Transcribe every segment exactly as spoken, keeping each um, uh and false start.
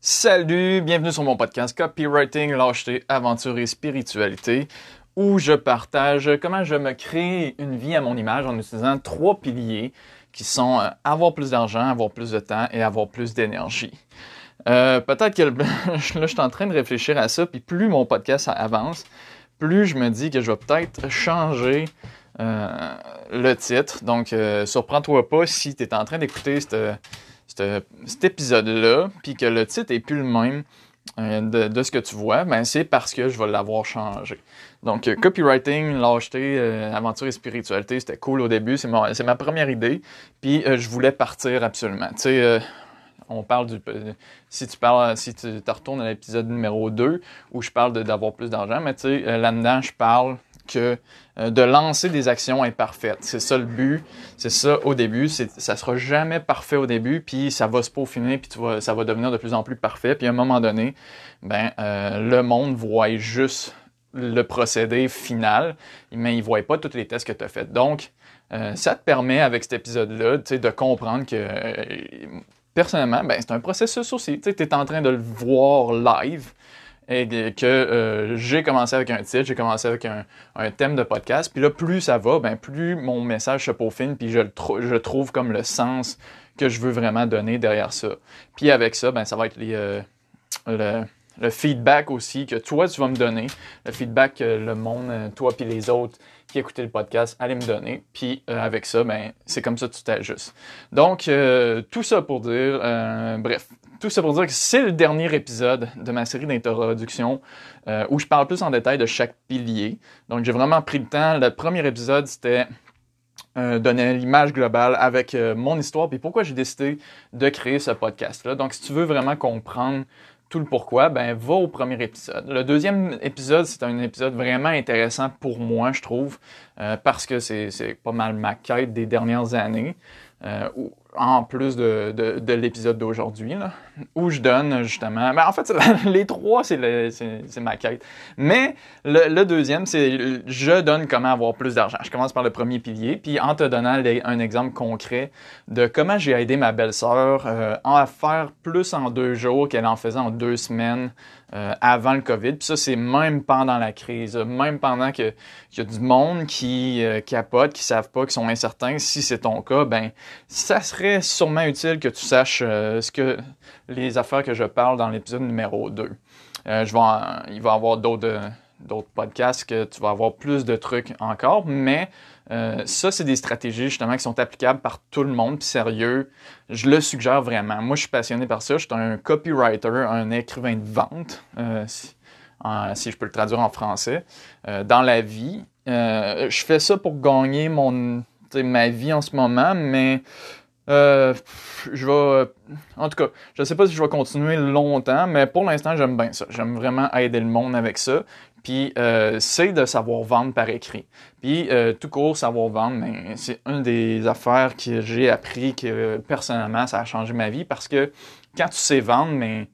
Salut, bienvenue sur mon podcast Copywriting, Lâcheté, Aventure et Spiritualité, où je partage comment je me crée une vie à mon image en utilisant trois piliers qui sont euh, avoir plus d'argent, avoir plus de temps et avoir plus d'énergie. Euh, peut-être que là, je suis en train de réfléchir à ça, puis plus mon podcast avance, plus je me dis que je vais peut-être changer euh, le titre. Donc, euh, surprends-toi pas si tu es en train d'écouter cette Cet, cet épisode-là, puis que le titre est plus le même euh, de, de ce que tu vois, ben c'est parce que je vais l'avoir changé. Donc, euh, copywriting, lâcheté, euh, aventure et spiritualité, c'était cool au début, c'est, mon, c'est ma première idée, puis euh, je voulais partir absolument. Tu sais, euh, on parle du... Euh, si tu parles, si tu te retournes à l'épisode numéro deux, où je parle de, d'avoir plus d'argent, mais tu sais, euh, là-dedans, je parle que euh, de lancer des actions imparfaites. C'est ça le but, c'est ça au début, c'est, ça sera jamais parfait au début, puis ça va se peaufiner, puis tu vas, ça va devenir de plus en plus parfait, puis à un moment donné, ben euh, le monde voit juste le procédé final, mais il ne voit pas tous les tests que tu as fait. Donc, euh, ça te permet, avec cet épisode-là, tu sais, de comprendre que, euh, personnellement, ben c'est un processus aussi. Tu es en train de le voir live, et que euh, j'ai commencé avec un titre, j'ai commencé avec un, un thème de podcast, puis là, plus ça va, ben plus mon message se peaufine, puis je, le tr- je trouve comme le sens que je veux vraiment donner derrière ça. Puis avec ça, ben ça va être les, euh, le, le feedback aussi que toi, tu vas me donner, le feedback que le monde, toi puis les autres qui écoutaient le podcast, allaient me donner, puis euh, avec ça, ben c'est comme ça que tu t'ajustes. Donc, euh, tout ça pour dire, euh, bref, tout ça pour dire que c'est le dernier épisode de ma série d'introduction euh, où je parle plus en détail de chaque pilier. Donc, j'ai vraiment pris le temps. Le premier épisode, c'était euh, donner l'image globale avec euh, mon histoire puis pourquoi j'ai décidé de créer ce podcast-là. Donc, si tu veux vraiment comprendre tout le pourquoi, ben va au premier épisode. Le deuxième épisode, c'est un épisode vraiment intéressant pour moi, je trouve, euh, parce que c'est, c'est pas mal ma quête des dernières années. Euh, en plus de, de, de l'épisode d'aujourd'hui, là, où je donne justement... Ben en fait, les trois, c'est, le, c'est, c'est ma quête. Mais le, le deuxième, c'est je donne comment avoir plus d'argent. Je commence par le premier pilier, puis en te donnant les, un exemple concret de comment j'ai aidé ma belle-sœur euh, à faire plus en deux jours qu'elle en faisait en deux semaines euh, avant le COVID. Puis ça, c'est même pendant la crise, même pendant que, qu'il y a du monde qui euh, capote, qui savent pas, qui sont incertains. Si c'est ton cas, ben ça serait sûrement utile que tu saches euh, ce que les affaires que je parle dans l'épisode numéro deux. Euh, je vais en, il va y avoir d'autres, euh, d'autres podcasts que tu vas avoir plus de trucs encore, mais euh, ça, c'est des stratégies justement qui sont applicables par tout le monde, puis sérieux, je le suggère vraiment. Moi, je suis passionné par ça, je suis un copywriter, un écrivain de vente, euh, si, en, si je peux le traduire en français, euh, dans la vie. Euh, je fais ça pour gagner mon, ma vie en ce moment, mais Euh, je vais... En tout cas, je ne sais pas si je vais continuer longtemps, mais pour l'instant, j'aime bien ça. J'aime vraiment aider le monde avec ça. Puis, euh, c'est de savoir vendre par écrit. Puis, euh, tout court, savoir vendre, ben, c'est une des affaires que j'ai appris que, personnellement, ça a changé ma vie parce que quand tu sais vendre, mais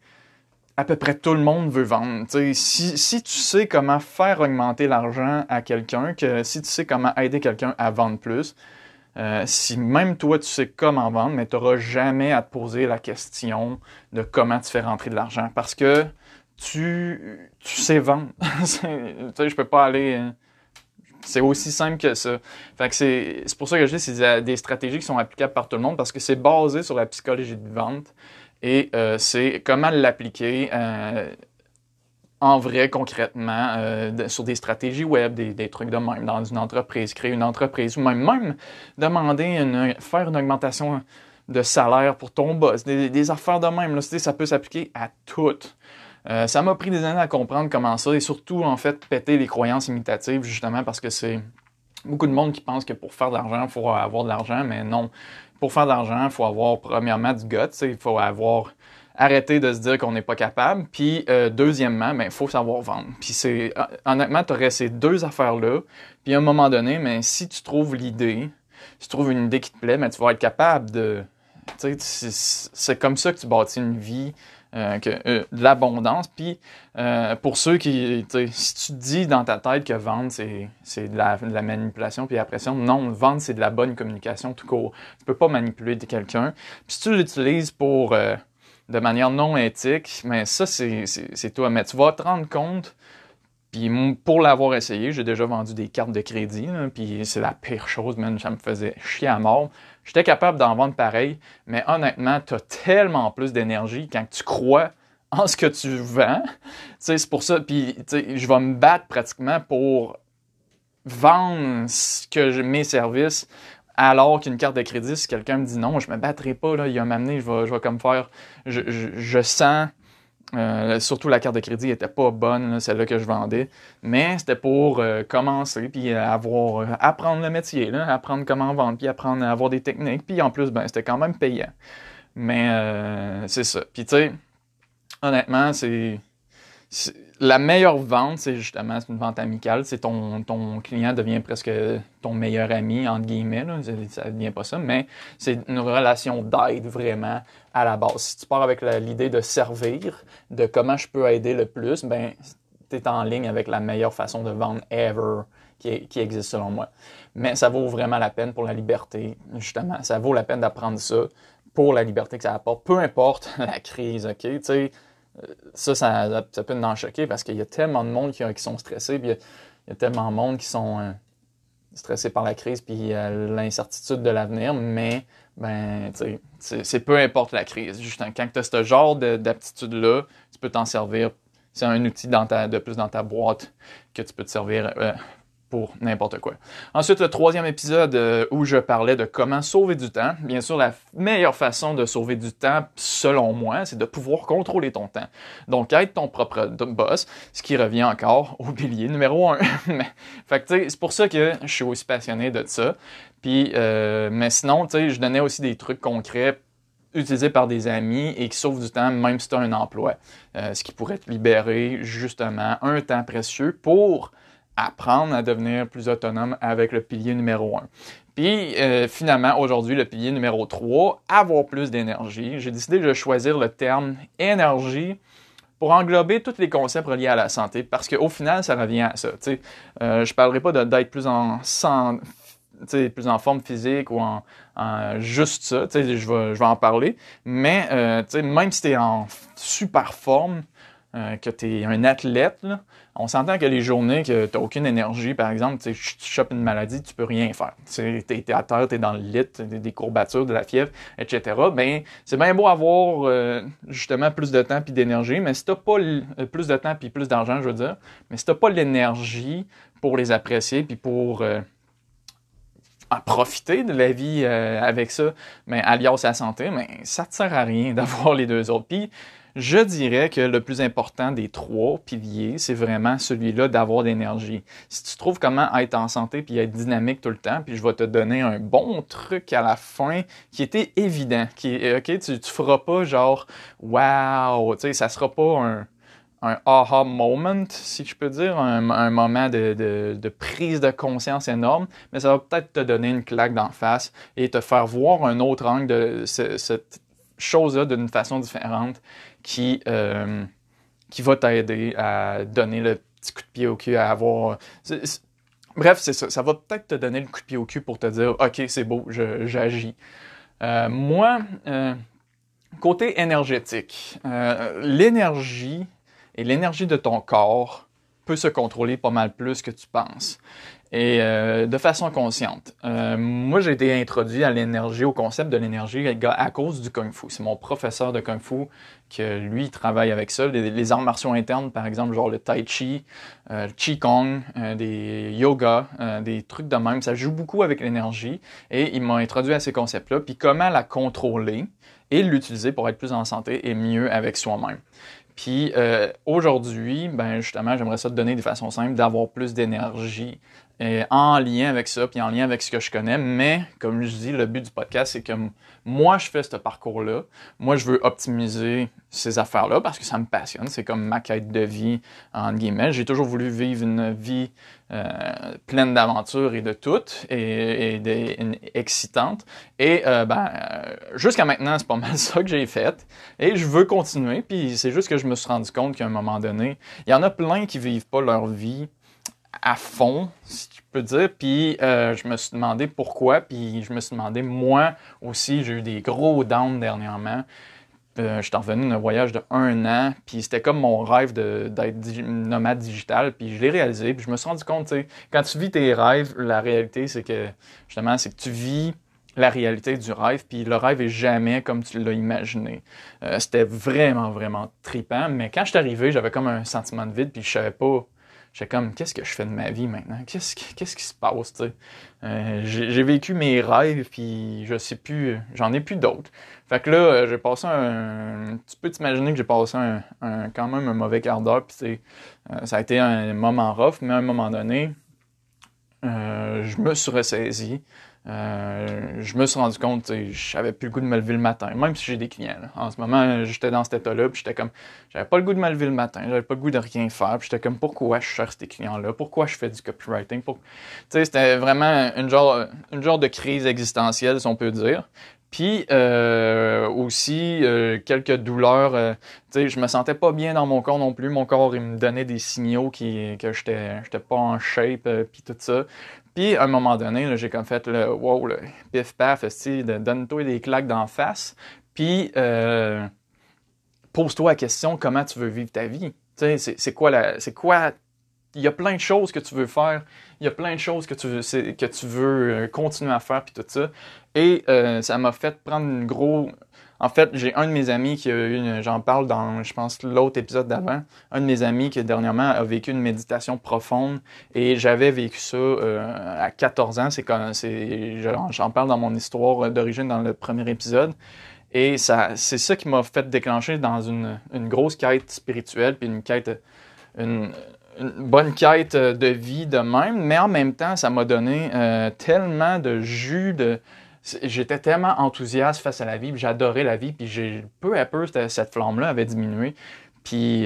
à peu près tout le monde veut vendre. T'sais, si, si tu sais comment faire augmenter l'argent à quelqu'un, que si tu sais comment aider quelqu'un à vendre plus, Euh, si même toi, tu sais comment vendre, mais tu n'auras jamais à te poser la question de comment tu fais rentrer de l'argent. Parce que tu, tu sais vendre. Tu sais, je peux pas aller... C'est aussi simple que ça. Fait que c'est, c'est pour ça que je dis que c'est des stratégies qui sont applicables par tout le monde parce que c'est basé sur la psychologie de vente et euh, c'est comment l'appliquer euh, en vrai, concrètement, euh, sur des stratégies web, des, des trucs de même, dans une entreprise, créer une entreprise, ou même, même demander, une, faire une augmentation de salaire pour ton boss, des, des affaires de même, là, ça peut s'appliquer à tout. Euh, ça m'a pris des années à comprendre comment ça, et surtout, en fait, péter les croyances imitatives, justement, parce que c'est beaucoup de monde qui pense que pour faire de l'argent, il faut avoir de l'argent, mais non. Pour faire de l'argent, il faut avoir, premièrement, du gut, il faut avoir... arrêter de se dire qu'on n'est pas capable. Puis, euh, deuxièmement, ben, il faut savoir vendre. Puis, c'est, honnêtement, tu aurais ces deux affaires-là. Puis, à un moment donné, ben, si tu trouves l'idée, si tu trouves une idée qui te plaît, ben, tu vas être capable de... Tu sais, c'est, c'est comme ça que tu bâtis une vie, euh, que, euh, de l'abondance. Puis, euh, pour ceux qui... Tu sais, si tu te dis dans ta tête que vendre, c'est, c'est de, la, de la manipulation puis la pression, non, vendre, c'est de la bonne communication tout court. Tu peux pas manipuler quelqu'un. Puis, si tu l'utilises pour... Euh, de manière non éthique, mais ça, c'est, c'est, c'est toi. Mais tu vas te rendre compte, puis pour l'avoir essayé, j'ai déjà vendu des cartes de crédit, là, puis c'est la pire chose, man, ça me faisait chier à mort. J'étais capable d'en vendre pareil, mais honnêtement, tu as tellement plus d'énergie quand tu crois en ce que tu vends. Tu sais, c'est pour ça, puis je vais me battre pratiquement pour vendre ce que je, mes services, alors qu'une carte de crédit, si quelqu'un me dit non, je me battrai pas, là, il va m'amener, je vais, je vais comme faire, je, je, je sens, euh, surtout la carte de crédit était pas bonne, là, celle-là que je vendais, mais c'était pour euh, commencer, puis avoir, euh, apprendre le métier, là, apprendre comment vendre, puis apprendre à avoir des techniques, puis en plus, ben, c'était quand même payant. Mais euh, c'est ça. Puis tu sais, honnêtement, c'est... c'est la meilleure vente, c'est justement c'est une vente amicale. C'est ton, ton client devient presque ton meilleur ami, entre guillemets. Là. Ça ne devient pas ça, mais c'est une relation d'aide vraiment à la base. Si tu pars avec la, l'idée de servir, de comment je peux aider le plus, ben tu es en ligne avec la meilleure façon de vendre ever qui, qui existe selon moi. Mais ça vaut vraiment la peine pour la liberté, justement. Ça vaut la peine d'apprendre ça pour la liberté que ça apporte. Peu importe la crise, OK? Tu sais, Ça, ça, ça peut en choquer parce qu'il y a tellement de monde qui, qui sont stressés, puis il y, a, il y a tellement de monde qui sont euh, stressés par la crise puis euh, l'incertitude de l'avenir, mais ben, tu sais, c'est, c'est peu importe la crise. Juste quand tu as ce genre de, d'aptitude-là, tu peux t'en servir. C'est un outil dans ta, de plus dans ta boîte que tu peux te servir euh, pour n'importe quoi. Ensuite, le troisième épisode euh, où je parlais de comment sauver du temps. Bien sûr, la meilleure façon de sauver du temps, selon moi, c'est de pouvoir contrôler ton temps. Donc, être ton propre boss, ce qui revient encore au pilier numéro un. Fait que, tu sais, c'est pour ça que je suis aussi passionné de ça. Puis, euh, mais sinon, tu sais, je donnais aussi des trucs concrets utilisés par des amis et qui sauvent du temps même si tu as un emploi. Euh, ce qui pourrait te libérer, justement, un temps précieux pour apprendre à devenir plus autonome avec le pilier numéro un. Puis, euh, finalement, aujourd'hui, le pilier numéro trois, avoir plus d'énergie. J'ai décidé de choisir le terme énergie pour englober tous les concepts reliés à la santé, parce qu'au final, ça revient à ça. Euh, je ne parlerai pas de, d'être plus en, sans, plus en forme physique ou en, en juste ça, je vais, je vais en parler, mais euh, même si tu es en super forme, Euh, que tu es un athlète, là, on s'entend que les journées que tu n'as aucune énergie, par exemple, tu chopes une maladie, tu peux rien faire. Tu es à terre, tu es dans le lit, des courbatures, de la fièvre, et cetera. Ben, c'est bien beau avoir euh, justement plus de temps puis d'énergie, mais si tu n'as pas l- plus de temps puis plus d'argent, je veux dire, mais si tu n'as pas l'énergie pour les apprécier puis pour euh, en profiter de la vie euh, avec ça, ben, alias la santé, mais ça ne te sert à rien d'avoir les deux autres. Puis, je dirais que le plus important des trois piliers, c'est vraiment celui-là d'avoir de l'énergie. Si tu trouves comment être en santé puis être dynamique tout le temps, puis je vais te donner un bon truc à la fin qui était évident, qui est, ok, tu, tu feras pas genre, wow, tu sais, ça sera pas un, un aha moment, si je peux dire, un, un moment de, de, de prise de conscience énorme, mais ça va peut-être te donner une claque d'en face et te faire voir un autre angle de ce, cette chose-là d'une façon différente qui, euh, qui va t'aider à donner le petit coup de pied au cul, à avoir... C'est, c'est... Bref, c'est ça. Ça va peut-être te donner le coup de pied au cul pour te dire « Ok, c'est beau, je, j'agis. Euh, » Moi, euh, côté énergétique, euh, l'énergie et l'énergie de ton corps peut se contrôler pas mal plus que tu penses. Et euh, de façon consciente. Euh, moi, j'ai été introduit à l'énergie, au concept de l'énergie à cause du Kung Fu. C'est mon professeur de Kung Fu que lui, il travaille avec ça. Les, les arts martiaux internes, par exemple, genre le Tai Chi, euh, le Qigong, euh, des yoga, euh, des trucs de même. Ça joue beaucoup avec l'énergie et il m'a introduit à ces concepts-là. Puis comment la contrôler et l'utiliser pour être plus en santé et mieux avec soi-même. Puis euh, aujourd'hui, ben justement, j'aimerais ça te donner de façon simple, d'avoir plus d'énergie euh, en lien avec ça, puis en lien avec ce que je connais. Mais, comme je dis, le but du podcast, c'est que m- moi, je fais ce parcours-là. Moi, je veux optimiser ces affaires-là parce que ça me passionne. C'est comme ma quête de vie, entre guillemets. J'ai toujours voulu vivre une vie euh, pleine d'aventures et de tout, et, et de, une, excitante. Et euh, ben, euh, jusqu'à maintenant, c'est pas mal ça que j'ai fait. Et je veux continuer, puis c'est juste que je me suis rendu compte qu'à un moment donné, il y en a plein qui vivent pas leur vie à fond, si tu peux dire, puis euh, je me suis demandé pourquoi, puis je me suis demandé, moi aussi, j'ai eu des gros downs dernièrement, Euh, je suis revenu d'un voyage de un an, puis c'était comme mon rêve de, d'être digi- nomade digital, puis je l'ai réalisé, puis je me suis rendu compte, tu sais, quand tu vis tes rêves, la réalité, c'est que, justement, c'est que tu vis la réalité du rêve, puis le rêve est jamais comme tu l'as imaginé. Euh, c'était vraiment, vraiment trippant, mais quand je suis arrivé, j'avais comme un sentiment de vide, puis je savais pas, j'étais comme, qu'est-ce que je fais de ma vie maintenant? Qu'est-ce qui, qu'est-ce qui se passe, tu sais? Euh, j'ai, j'ai vécu mes rêves, puis je sais plus, j'en ai plus d'autres. Fait que là, euh, j'ai passé un... Tu peux t'imaginer que j'ai passé un, un- quand même un mauvais quart d'heure, puis c'est, euh, ça a été un moment rough, mais à un moment donné, euh, je me suis ressaisi. Euh, je me suis rendu compte, tu sais, j'avais plus le goût de me lever le matin, même si j'ai des clients. Là. En ce moment, j'étais dans cet état-là, puis j'étais comme, j'avais pas le goût de me lever le matin, j'avais pas le goût de rien faire, puis j'étais comme, pourquoi je cherche ces clients-là, pourquoi je fais du copywriting, pour... Tu sais, c'était vraiment une genre, une genre de crise existentielle, si on peut dire. Puis euh, aussi euh, quelques douleurs, euh, tu sais, je me sentais pas bien dans mon corps non plus. Mon corps, il me donnait des signaux qui, que j'étais, j'étais pas en shape, euh, puis tout ça. Puis à un moment donné, là, j'ai comme fait le wow, le pif paf, esti, de- donne-toi des claques d'en face. Puis euh, pose-toi la question comment tu veux vivre ta vie. Tu sais, c'est, c'est quoi la, c'est quoi il y a plein de choses que tu veux faire, il y a plein de choses que tu veux, c'est, que tu veux euh, continuer à faire, puis tout ça. Et euh, ça m'a fait prendre une gros... En fait, j'ai un de mes amis qui a eu, une... j'en parle dans, je pense, l'autre épisode d'avant, un de mes amis qui, dernièrement, a vécu une méditation profonde, et j'avais vécu ça euh, à quatorze ans, c'est quand, c'est, j'en parle dans mon histoire d'origine dans le premier épisode, et ça, c'est ça qui m'a fait déclencher dans une, une grosse quête spirituelle, puis une quête... Une, une bonne quête de vie de même, mais en même temps, ça m'a donné euh, tellement de jus, de... j'étais tellement enthousiaste face à la vie, puis j'adorais la vie, puis j'ai, peu à peu, cette, cette flamme-là avait diminué. Puis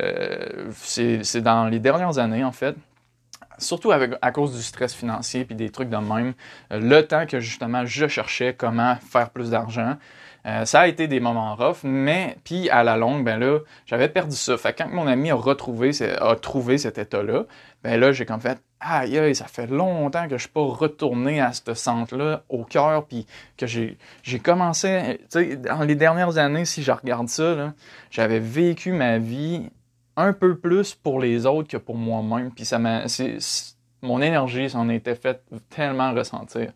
euh, c'est, c'est dans les dernières années, en fait, surtout avec, à cause du stress financier puis des trucs de même, euh, le temps que justement je cherchais comment faire plus d'argent, euh, ça a été des moments rough, mais puis à la longue, ben là, j'avais perdu ça. Fait que quand mon ami a retrouvé, a trouvé cet état-là, ben là, j'ai comme fait, aïe aïe, ça fait longtemps que je suis pas retourné à ce centre-là au cœur, puis que j'ai, j'ai commencé, tu sais, dans les dernières années, si je regarde ça, là, j'avais vécu ma vie un peu plus pour les autres que pour moi-même. Puis ça m'a, c'est, c'est- mon énergie s'en était fait tellement ressentir.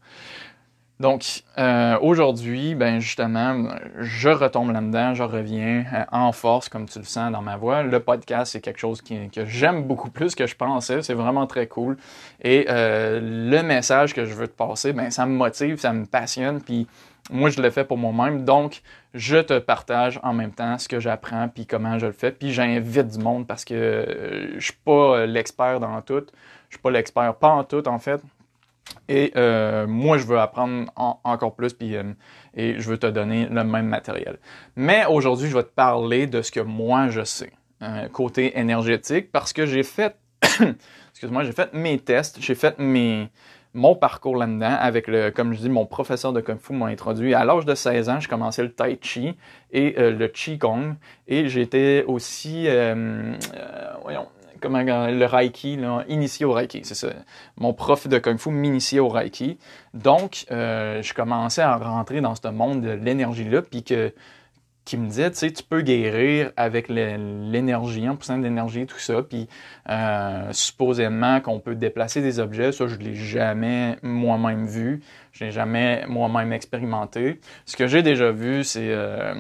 Donc euh, aujourd'hui, ben justement, je retombe là-dedans, je reviens euh, en force, comme tu le sens dans ma voix. Le podcast, c'est quelque chose qui, que j'aime beaucoup plus que je pensais. C'est vraiment très cool. Et euh, le message que je veux te passer, ben ça me motive, ça me passionne. Puis moi, je le fais pour moi-même. Donc, je te partage en même temps ce que j'apprends puis comment je le fais. Puis j'invite du monde parce que euh, je suis pas l'expert dans tout. Je suis pas l'expert pas en tout, en fait. Et euh, moi, je veux apprendre en, encore plus, puis euh, et je veux te donner le même matériel. Mais aujourd'hui, je vais te parler de ce que moi, je sais, euh, côté énergétique, parce que j'ai fait, excuse-moi, j'ai fait mes tests, j'ai fait mes, mon parcours là-dedans avec, le, comme je dis, mon professeur de Kung Fu m'a introduit. À l'âge de seize ans, je commençais le Tai Chi et euh, le Qigong, et j'étais aussi, euh, euh, voyons, comment le Reiki, là, initié au Reiki, c'est ça. Mon prof de Kung Fu m'initiait au Reiki. Donc, euh, je commençais à rentrer dans ce monde de l'énergie-là, puis que qui me disait, tu sais, tu peux guérir avec le, l'énergie, en poussant de l'énergie, tout ça, puis euh, supposément qu'on peut déplacer des objets, ça, je l'ai jamais moi-même vu, je l'ai jamais moi-même expérimenté. Ce que j'ai déjà vu, c'est euh,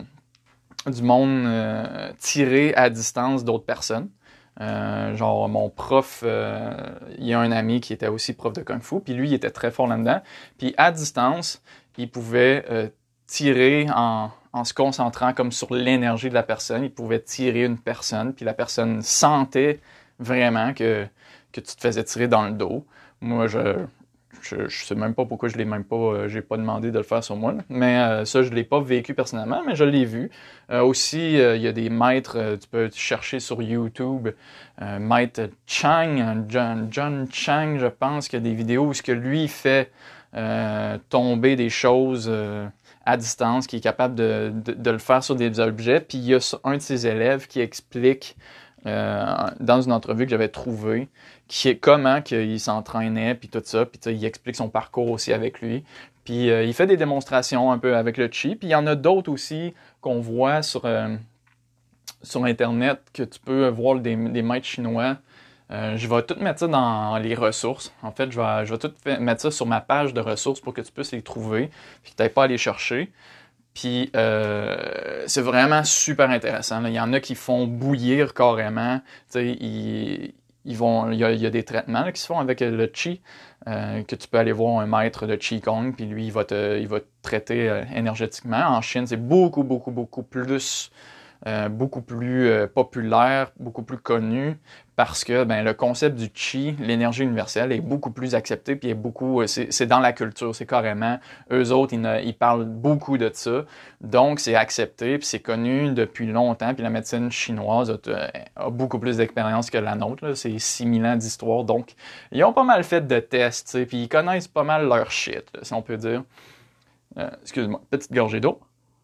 du monde euh, tiré à distance d'autres personnes. Euh, genre, mon prof, euh, il y a un ami qui était aussi prof de Kung Fu, puis lui, il était très fort là-dedans. Puis à distance, il pouvait euh, tirer en, en se concentrant comme sur l'énergie de la personne. Il pouvait tirer une personne, puis la personne sentait vraiment que, que tu te faisais tirer dans le dos. Moi, je, je, je sais même pas pourquoi je l'ai même pas, euh, j'ai pas demandé de le faire sur moi, là. Mais euh, ça, je l'ai pas vécu personnellement, mais je l'ai vu. Euh, aussi, euh, il y a des maîtres, euh, tu peux chercher sur YouTube, euh, maître Chang, John, John Chang, je pense, qu'il y a des vidéos où ce que lui fait euh, tomber des choses euh, à distance, qui est capable de, de, de le faire sur des objets. Puis il y a un de ses élèves qui explique euh, dans une entrevue que j'avais trouvée, qui est comment qu'il s'entraînait, puis tout ça, puis il explique son parcours aussi avec lui. Puis euh, il fait des démonstrations un peu avec le chi. Puis il y en a d'autres aussi qu'on voit sur, euh, sur Internet, que tu peux voir des, des maîtres chinois. Euh, je vais tout mettre ça dans les ressources. En fait, je vais, je vais tout mettre ça sur ma page de ressources pour que tu puisses les trouver, puis que tu n'aies pas à les chercher. Puis euh, c'est vraiment super intéressant, là. Il y en a qui font bouillir carrément. Tu sais, ils, ils vont, il y a, il y a des traitements là, qui se font avec le chi, euh, que tu peux aller voir un maître de Qigong, puis lui, il va te, il va te traiter euh, énergétiquement. En Chine, c'est beaucoup, beaucoup, beaucoup plus... Euh, beaucoup plus euh, populaire, beaucoup plus connu, parce que ben, le concept du chi, l'énergie universelle, est beaucoup plus accepté, puis est beaucoup, c'est, c'est dans la culture, c'est carrément, eux autres, ils, ne, ils parlent beaucoup de ça, donc c'est accepté, puis c'est connu depuis longtemps, puis la médecine chinoise a, a beaucoup plus d'expérience que la nôtre, là. C'est six mille ans d'histoire, donc ils ont pas mal fait de tests, puis ils connaissent pas mal leur shit, là, si on peut dire. Euh, excuse-moi, petite gorgée d'eau.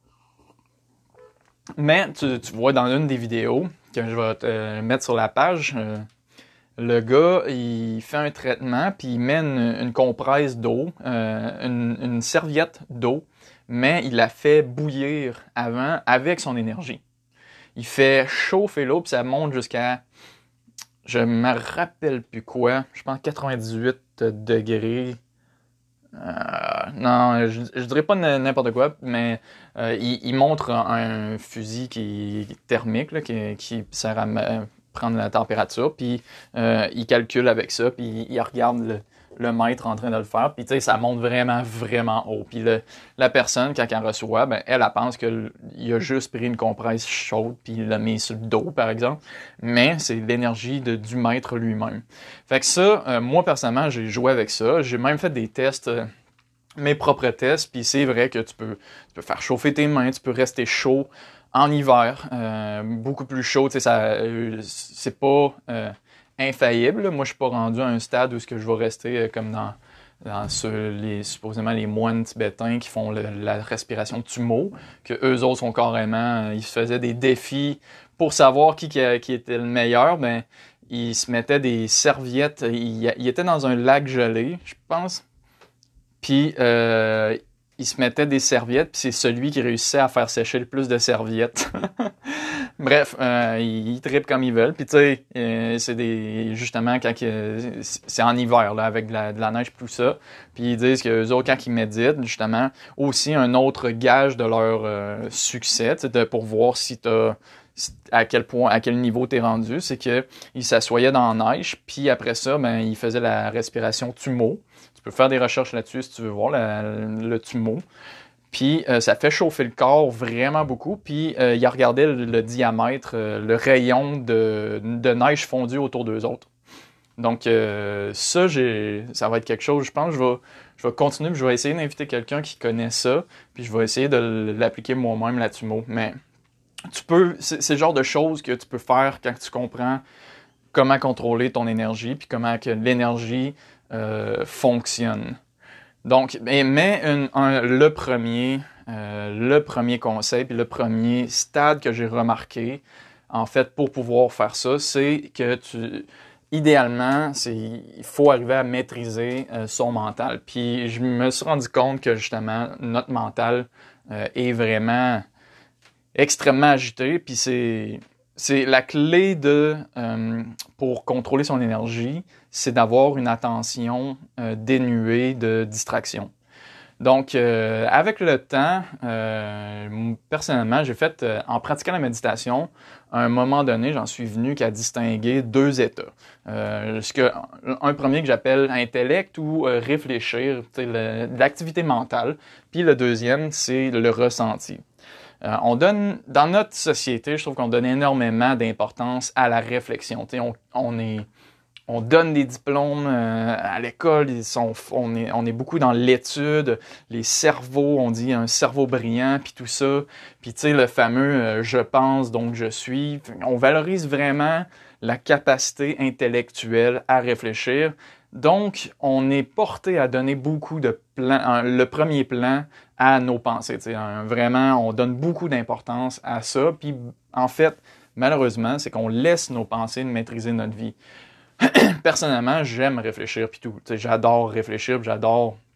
Mais tu, tu vois dans une des vidéos que je vais te euh, mettre sur la page, euh, le gars, il fait un traitement, puis il met une, une compresse d'eau, euh, une, une serviette d'eau, mais il la fait bouillir avant avec son énergie. Il fait chauffer l'eau, puis ça monte jusqu'à, je me rappelle plus quoi, je pense quatre-vingt-dix-huit degrés. Euh, non, je, je dirais pas n'importe quoi, mais euh, il, il montre un, un fusil qui est thermique, là, qui, qui sert à me, prendre la température, puis euh, il calcule avec ça, puis il regarde le, le maître en train de le faire, puis tu sais, ça monte vraiment, vraiment haut. Puis le, la personne, quand elle reçoit, ben, elle, elle pense qu'il a juste pris une compresse chaude, puis il l'a mis sur le dos, par exemple, mais c'est l'énergie de, du maître lui-même. Fait que ça, euh, moi, personnellement, j'ai joué avec ça, j'ai même fait des tests, euh, mes propres tests, puis c'est vrai que tu peux, tu peux faire chauffer tes mains, tu peux rester chaud en hiver, euh, beaucoup plus chaud, tu sais, ça, euh, c'est pas... Euh, infaillible. Moi, je suis pas rendu à un stade où ce que je vais rester euh, comme dans, dans ce, les, supposément les moines tibétains qui font le, la respiration Tummo, que eux autres sont carrément, ils se faisaient des défis pour savoir qui, qui, qui était le meilleur. Ben, ils se mettaient des serviettes, ils, ils étaient dans un lac gelé, je pense, puis euh, ils se mettaient des serviettes, puis c'est celui qui réussissait à faire sécher le plus de serviettes. Bref, euh, ils, ils trippent comme ils veulent. Puis tu sais, euh, c'est des justement quand euh, c'est en hiver là, avec de la, de la neige tout ça. Puis ils disent que eux autres quand ils méditent, justement, aussi un autre gage de leur euh, succès, de, pour voir si t'as à quel point, à quel niveau t'es rendu, c'est que ils s'assoyaient dans la neige, puis après ça, ben ils faisaient la respiration Tummo. Tu peux faire des recherches là-dessus si tu veux voir la, le Tummo. Puis euh, ça fait chauffer le corps vraiment beaucoup. Puis euh, il regardait le, le diamètre, euh, le rayon de, de neige fondue autour d'eux autres. Donc euh, ça, j'ai, ça va être quelque chose, je pense, je vais, je vais continuer, puis je vais essayer d'inviter quelqu'un qui connaît ça, puis je vais essayer de l'appliquer moi-même là-dessus. Mais tu peux, c'est, c'est le genre de choses que tu peux faire quand tu comprends comment contrôler ton énergie, puis comment que l'énergie euh, fonctionne. Donc, mais une, un, le premier, euh, le premier conseil, puis le premier stade que j'ai remarqué, en fait, pour pouvoir faire ça, c'est que tu, idéalement, c'est, il faut arriver à maîtriser euh, son mental. Puis je me suis rendu compte que justement, notre mental euh, est vraiment extrêmement agité, puis c'est c'est la clé de euh, pour contrôler son énergie, c'est d'avoir une attention euh, dénuée de distraction. Donc, euh, avec le temps, euh, personnellement, j'ai fait, euh, en pratiquant la méditation, à un moment donné, j'en suis venu qu'à distinguer deux états. Euh, ce que, un premier que j'appelle intellect ou euh, réfléchir, le, l'activité mentale, puis le deuxième, c'est le ressenti. Euh, on donne, dans notre société, je trouve qu'on donne énormément d'importance à la réflexion. Tu sais, on, on est, on donne des diplômes euh, à l'école, ils sont, on est, on est beaucoup dans l'étude, les cerveaux, on dit un cerveau brillant, puis tout ça. Puis tu sais, le fameux euh, je pense donc je suis. On valorise vraiment la capacité intellectuelle à réfléchir. Donc, on est porté à donner beaucoup de plans, le premier plan à nos pensées. T'sais, vraiment, on donne beaucoup d'importance à ça. Puis, en fait, malheureusement, c'est qu'on laisse nos pensées maîtriser notre vie. Personnellement, j'aime réfléchir puis tout. T'sais, j'adore réfléchir, j'adore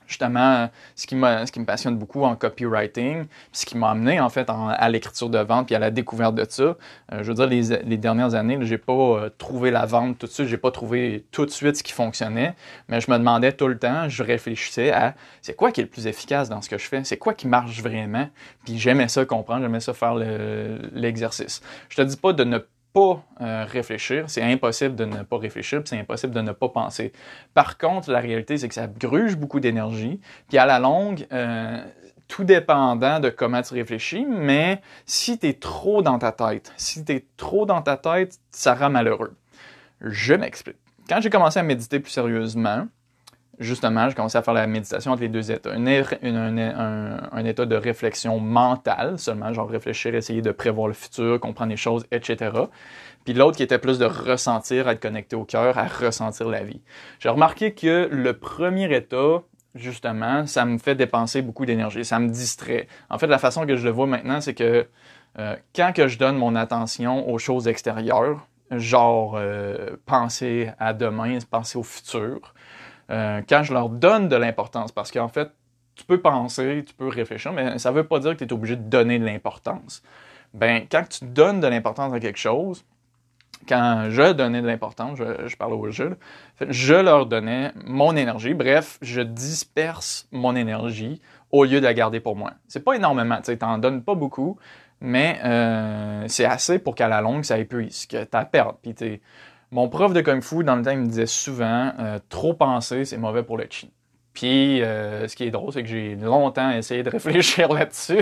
justement, ce qui, m'a, ce qui me passionne beaucoup en copywriting, ce qui m'a amené en fait en, à l'écriture de vente puis à la découverte de ça. Euh, je veux dire, les, les dernières années, là, j'ai pas euh, trouvé la vente tout de suite, j'ai pas trouvé tout de suite ce qui fonctionnait, mais je me demandais tout le temps, je réfléchissais à c'est quoi qui est le plus efficace dans ce que je fais, c'est quoi qui marche vraiment, puis j'aimais ça comprendre, j'aimais ça faire le, l'exercice. Je te dis pas de ne pas euh, réfléchir, c'est impossible de ne pas réfléchir, puis c'est impossible de ne pas penser. Par contre, la réalité, c'est que ça gruge beaucoup d'énergie, puis à la longue, euh, tout dépendant de comment tu réfléchis, mais si tu es trop dans ta tête, si tu es trop dans ta tête, ça rend malheureux. Je m'explique. Quand j'ai commencé à méditer plus sérieusement, justement, j'ai commencé à faire la méditation entre les deux états. Un, un, un, un état de réflexion mentale, seulement, genre réfléchir, essayer de prévoir le futur, comprendre les choses, et cetera. Puis l'autre qui était plus de ressentir, être connecté au cœur, à ressentir la vie. J'ai remarqué que le premier état, justement, ça me fait dépenser beaucoup d'énergie, ça me distrait. En fait, la façon que je le vois maintenant, c'est que euh, quand que je donne mon attention aux choses extérieures, genre euh, penser à demain, penser au futur, Euh, quand je leur donne de l'importance, parce qu'en fait, tu peux penser, tu peux réfléchir, mais ça ne veut pas dire que tu es obligé de donner de l'importance. Ben, quand tu donnes de l'importance à quelque chose, quand je donnais de l'importance, je, je parle au jeu, je leur donnais mon énergie, bref, je disperse mon énergie au lieu de la garder pour moi. C'est pas énormément, tu sais, t'en donnes pas beaucoup, mais euh, c'est assez pour qu'à la longue, ça épuise, que tu perds, puis t'es... Mon prof de Kung Fu, dans le temps, il me disait souvent euh, « trop penser, c'est mauvais pour le chi ». Puis, euh, ce qui est drôle, c'est que j'ai longtemps essayé de réfléchir là-dessus.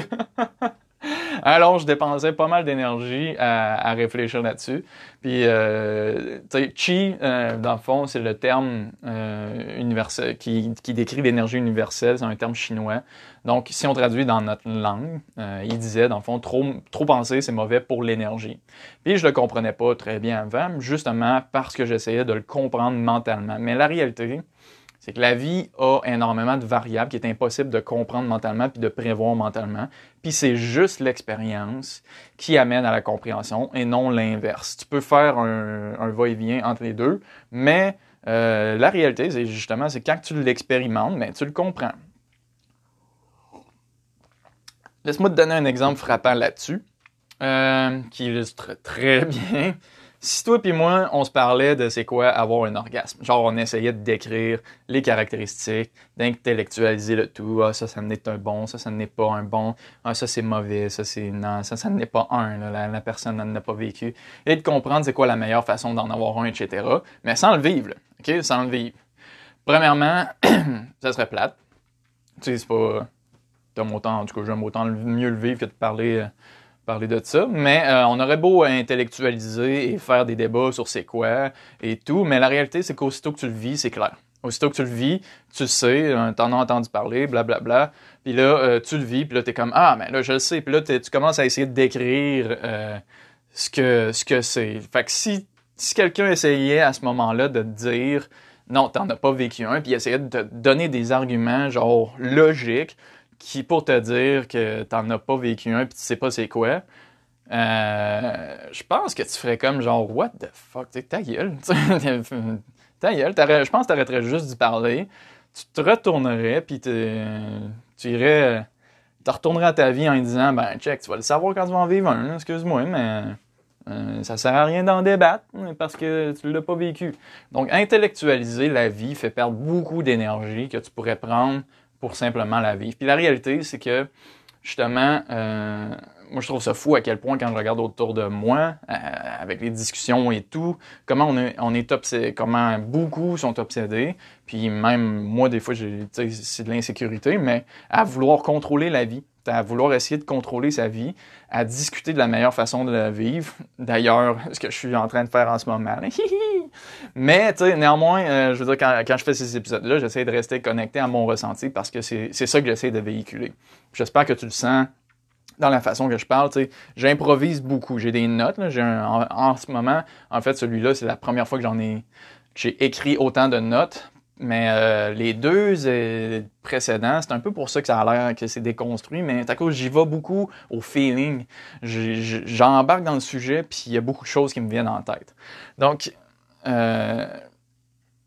Alors, je dépensais pas mal d'énergie à, à réfléchir là-dessus. Puis, euh, tu sais, chi, euh, dans le fond, c'est le terme euh, universel qui, qui décrit l'énergie universelle. C'est un terme chinois. Donc, si on traduit dans notre langue, euh, il disait, dans le fond, trop, trop penser, c'est mauvais pour l'énergie. Puis, je le comprenais pas très bien avant, justement parce que j'essayais de le comprendre mentalement. Mais la réalité, c'est que la vie a énormément de variables qui est impossible de comprendre mentalement puis de prévoir mentalement. Puis c'est juste l'expérience qui amène à la compréhension et non l'inverse. Tu peux faire un, un va-et-vient entre les deux, mais euh, la réalité, c'est justement, c'est quand tu l'expérimentes, mais tu le comprends. Laisse-moi te donner un exemple frappant là-dessus, euh, qui illustre très bien. Si toi et moi, on se parlait de c'est quoi avoir un orgasme, genre on essayait de décrire les caractéristiques, d'intellectualiser le tout, ah ça, ça n'est un bon, ça, ça n'est pas un bon, ah ça, c'est mauvais, ça, c'est non, ça, ça n'est pas un, là, la, la personne n'en a pas vécu, et de comprendre c'est quoi la meilleure façon d'en avoir un, et cetera, mais sans le vivre, là, ok, sans le vivre. Premièrement, ça serait plate, tu sais, c'est pas, t'aimes autant, en tout cas, j'aime autant mieux le vivre que de parler... Euh, parler de ça, mais euh, on aurait beau intellectualiser et faire des débats sur c'est quoi et tout, mais la réalité, c'est qu'aussitôt que tu le vis, c'est clair. Aussitôt que tu le vis, tu le sais, euh, t'en as entendu parler, blablabla, bla, bla, puis là, euh, tu le vis, puis là, t'es comme « Ah, mais là, je le sais », puis là, tu commences à essayer de décrire euh, ce que ce que c'est. Fait que si, si quelqu'un essayait à ce moment-là de te dire « Non, t'en as pas vécu un », puis essayait de te donner des arguments, genre, logiques, qui pour te dire que t'en as pas vécu un pis tu sais pas c'est quoi, euh, je pense que tu ferais comme genre what the fuck, t'sais, ta gueule, ta gueule, je pense que t'arrêterais juste d'y parler, tu te retournerais pis tu irais, tu retournerais à ta vie en disant ben check, tu vas le savoir quand tu vas en vivre un, excuse-moi, mais euh, ça sert à rien d'en débattre parce que tu l'as pas vécu. Donc intellectualiser la vie fait perdre beaucoup d'énergie que tu pourrais prendre pour simplement la vivre. Puis la réalité, c'est que, justement, euh, moi je trouve ça fou à quel point quand je regarde autour de moi, euh, avec les discussions et tout, comment on est, on est obsédé, comment beaucoup sont obsédés, puis même moi des fois, j'ai, c'est de l'insécurité, mais à vouloir contrôler la vie, à vouloir essayer de contrôler sa vie, à discuter de la meilleure façon de la vivre. D'ailleurs, ce que je suis en train de faire en ce moment. Mais, tu sais, néanmoins, euh, je veux dire, quand, quand je fais ces épisodes-là, j'essaie de rester connecté à mon ressenti parce que c'est, c'est ça que j'essaie de véhiculer. J'espère que tu le sens dans la façon que je parle, tu sais. J'improvise beaucoup. J'ai des notes, là. J'ai un, en, en ce moment, en fait, celui-là, c'est la première fois que j'en ai, que j'ai écrit autant de notes. Mais euh, les deux euh, précédents, c'est un peu pour ça que ça a l'air que c'est déconstruit, mais à cause j'y vais beaucoup au feeling. J'embarque dans le sujet, puis il y a beaucoup de choses qui me viennent en tête. Donc, euh,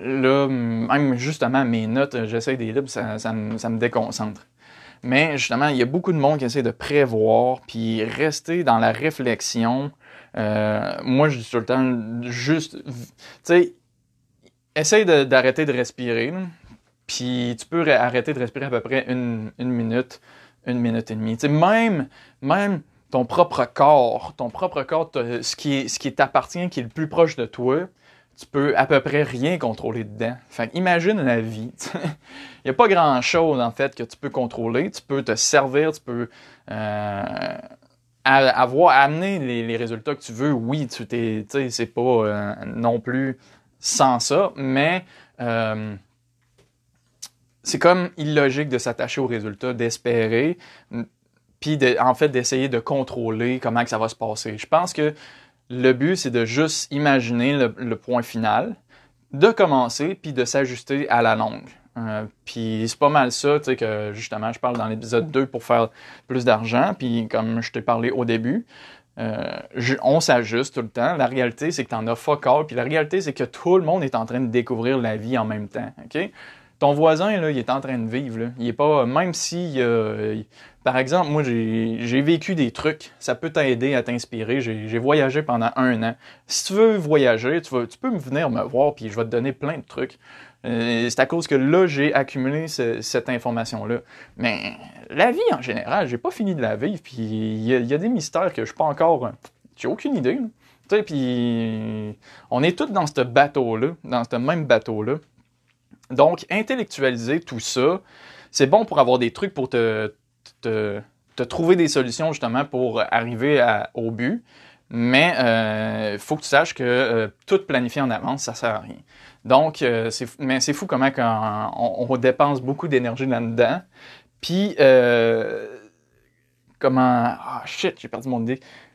là, même justement, mes notes, j'essaie des livres, ça, ça, me, ça me déconcentre. Mais justement, il y a beaucoup de monde qui essaie de prévoir, puis rester dans la réflexion. Euh, moi, je dis tout le temps, juste, tu sais, essaye de, d'arrêter de respirer, là. Puis tu peux arrêter de respirer à peu près une, une minute, une minute et demie. Tu sais, même, même ton propre corps, ton propre corps, ce qui, est, ce qui t'appartient, qui est le plus proche de toi, tu peux à peu près rien contrôler dedans. Fait imagine la vie. Il n'y a pas grand-chose, en fait, que tu peux contrôler. Tu peux te servir, tu peux euh, avoir, amener les, les résultats que tu veux. Oui, tu t'es, tu sais, c'est pas euh, non plus sans ça, mais euh, c'est comme illogique de s'attacher aux résultats, d'espérer, puis de, en fait d'essayer de contrôler comment que ça va se passer. Je pense que le but, c'est de juste imaginer le, le point final, de commencer, puis de s'ajuster à la longue. Euh, puis c'est pas mal ça, tu sais, que justement, je parle dans l'épisode deux pour faire plus d'argent, puis comme je t'ai parlé au début, euh, je, on s'ajuste tout le temps. La réalité, c'est que t'en as fuck all, puis la réalité, c'est que tout le monde est en train de découvrir la vie en même temps, OK? Ton voisin, là, il est en train de vivre, là. Il est pas, même si, euh, il, par exemple, moi, j'ai, j'ai vécu des trucs, ça peut t'aider à t'inspirer. J'ai, j'ai voyagé pendant un an. Si tu veux voyager, tu, vas, tu peux venir me voir, puis je vais te donner plein de trucs. Euh, c'est à cause que là, j'ai accumulé ce, cette information-là. Mais la vie, en général, j'ai pas fini de la vivre, puis il y, y a des mystères que je suis pas encore... J'ai aucune idée, là. Tu sais, puis on est tous dans ce bateau-là, dans ce même bateau-là. Donc, intellectualiser tout ça, c'est bon pour avoir des trucs pour te, te, te trouver des solutions justement pour arriver à, au but, mais il euh, faut que tu saches que euh, tout planifier en avance, ça sert à rien. Donc, euh, c'est, mais c'est fou comment quand on, on dépense beaucoup d'énergie là-dedans, puis euh, comment... Ah, shit, j'ai perdu mon idée.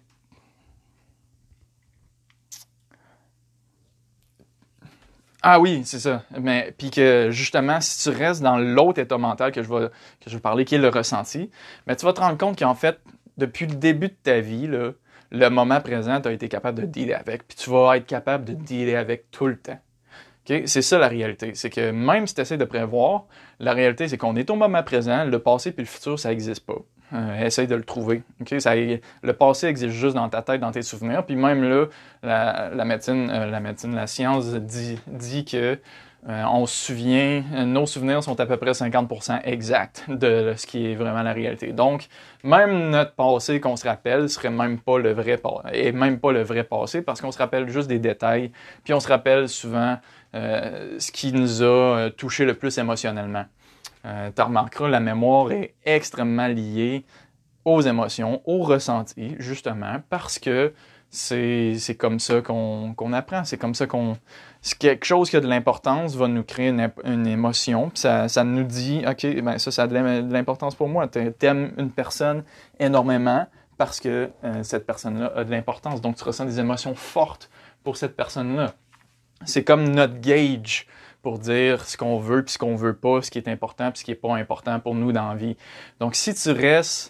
Ah oui, c'est ça. Mais puis que justement, si tu restes dans l'autre état mental que je vais que je vais parler, qui est le ressenti, mais tu vas te rendre compte qu'en fait, depuis le début de ta vie, là, le moment présent, tu as été capable de dealer avec, puis tu vas être capable de dealer avec tout le temps. Okay? C'est ça la réalité. C'est que même si tu essaies de prévoir, la réalité, c'est qu'on est au moment présent, le passé puis le futur, ça n'existe pas. Euh, essaye de le trouver. Okay? Ça, le passé existe juste dans ta tête, dans tes souvenirs. Puis même là, la, la médecine, euh, la médecine, la science dit, dit que euh, on se souvient, nos souvenirs sont à peu près cinquante pour cent exacts de ce qui est vraiment la réalité. Donc, même notre passé qu'on se rappelle serait même pas le vrai et même pas le vrai passé parce qu'on se rappelle juste des détails. Puis on se rappelle souvent euh, ce qui nous a euh, touché le plus émotionnellement. Euh, tu remarqueras, la mémoire est extrêmement liée aux émotions, aux ressentis, justement, parce que c'est, c'est comme ça qu'on, qu'on apprend. C'est comme ça qu'on... C'est quelque chose qui a de l'importance va nous créer une, une émotion, puis ça, ça nous dit, OK, ben ça, ça a de l'importance pour moi. T'aimes une personne énormément parce que euh, cette personne-là a de l'importance. Donc, tu ressens des émotions fortes pour cette personne-là. C'est comme notre gauge pour dire ce qu'on veut puis ce qu'on veut pas, ce qui est important puis ce qui est pas important pour nous dans la vie. Donc, si tu restes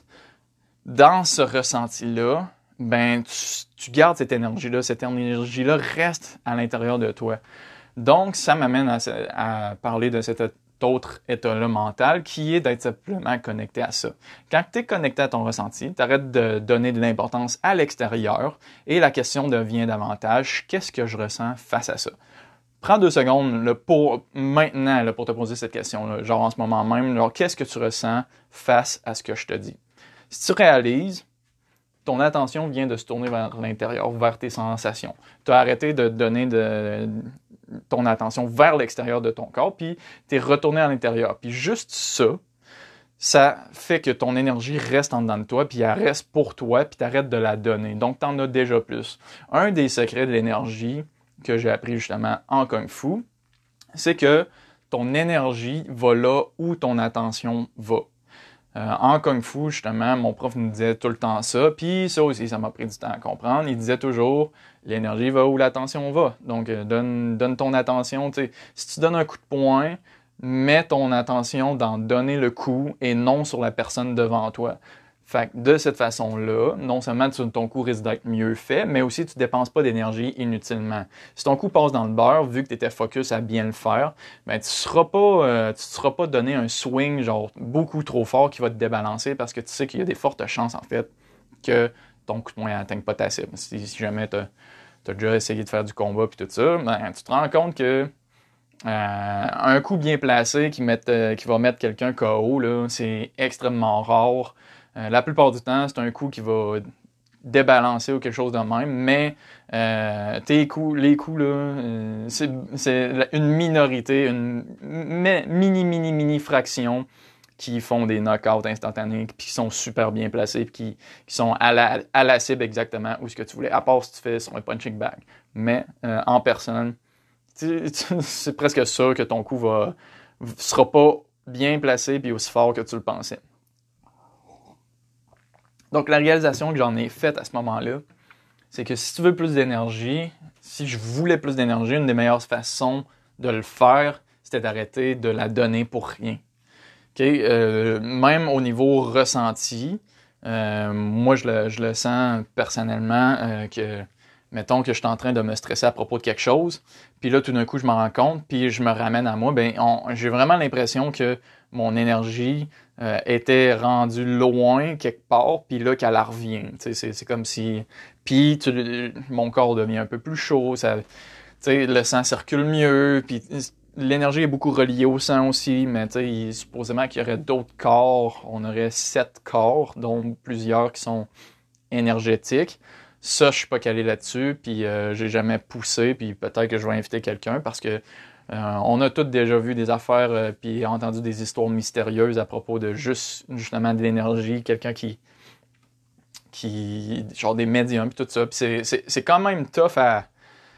dans ce ressenti-là, ben tu, tu gardes cette énergie-là. Cette énergie-là reste à l'intérieur de toi. Donc, ça m'amène à, à parler de cet autre état-là mental qui est d'être simplement connecté à ça. Quand tu es connecté à ton ressenti, tu arrêtes de donner de l'importance à l'extérieur et la question devient davantage « qu'est-ce que je ressens face à ça? » Prends deux secondes là, pour maintenant là, pour te poser cette question-là, genre en ce moment même, genre, qu'est-ce que tu ressens face à ce que je te dis? Si tu réalises, ton attention vient de se tourner vers l'intérieur, vers tes sensations. Tu as arrêté de donner de, ton attention vers l'extérieur de ton corps, puis tu es retourné à l'intérieur. Puis juste ça, ça fait que ton énergie reste en dedans de toi, puis elle reste pour toi, puis tu arrêtes de la donner. Donc, tu en as déjà plus. Un des secrets de l'énergie que j'ai appris justement en Kung Fu, c'est que ton énergie va là où ton attention va. Euh, en Kung Fu, justement, mon prof nous disait tout le temps ça, puis ça aussi, ça m'a pris du temps à comprendre. Il disait toujours, l'énergie va où l'attention va. Donc, euh, donne, donne ton attention. T'sais, si tu donnes un coup de poing, mets ton attention dans donner le coup et non sur la personne devant toi. Fait que de cette façon-là, non seulement tu, ton coup risque d'être mieux fait, mais aussi tu ne dépenses pas d'énergie inutilement. Si ton coup passe dans le beurre, vu que tu étais focus à bien le faire, ben tu ne seras pas, euh, tu te seras pas donné un swing genre beaucoup trop fort qui va te débalancer parce que tu sais qu'il y a des fortes chances en fait que ton coup de poing n'atteigne pas ta cible. Si, si jamais tu as déjà essayé de faire du combat et tout ça, ben tu te rends compte que euh, un coup bien placé qui, met, euh, qui va mettre quelqu'un K O, là, c'est extrêmement rare. Euh, la plupart du temps, c'est un coup qui va débalancer ou quelque chose de même, mais euh, tes coups, les coups, là, euh, c'est, c'est une minorité, une mini, mini, mini fraction qui font des knockouts instantanés, puis qui sont super bien placés, puis qui, qui sont à la, à la cible exactement où ce que tu voulais, à part si tu fais sur un punching bag. Mais euh, en personne, c'est presque sûr que ton coup va sera pas bien placé puis aussi fort que tu le pensais. Donc, la réalisation que j'en ai faite à ce moment-là, c'est que si tu veux plus d'énergie, si je voulais plus d'énergie, une des meilleures façons de le faire, c'était d'arrêter de la donner pour rien. Okay? Euh, même au niveau ressenti, euh, moi, je le, je le sens personnellement euh, que, mettons que je suis en train de me stresser à propos de quelque chose, puis là, tout d'un coup, je m'en rends compte, puis je me ramène à moi, ben, on, j'ai vraiment l'impression que mon énergie euh, était rendue loin quelque part, puis là, qu'elle revient. C'est, c'est comme si... Puis tu, mon corps devient un peu plus chaud, ça, le sang circule mieux, puis l'énergie est beaucoup reliée au sang aussi, mais il, supposément qu'il y aurait d'autres corps. On aurait sept corps, dont plusieurs qui sont énergétiques. Ça, je suis pas calé là-dessus, puis euh, j'ai jamais poussé, puis peut-être que je vais inviter quelqu'un parce que euh, on a tous déjà vu des affaires euh, puis entendu des histoires mystérieuses à propos de juste justement de l'énergie, quelqu'un qui qui genre des médiums puis tout ça. Puis c'est, c'est, c'est quand même tough à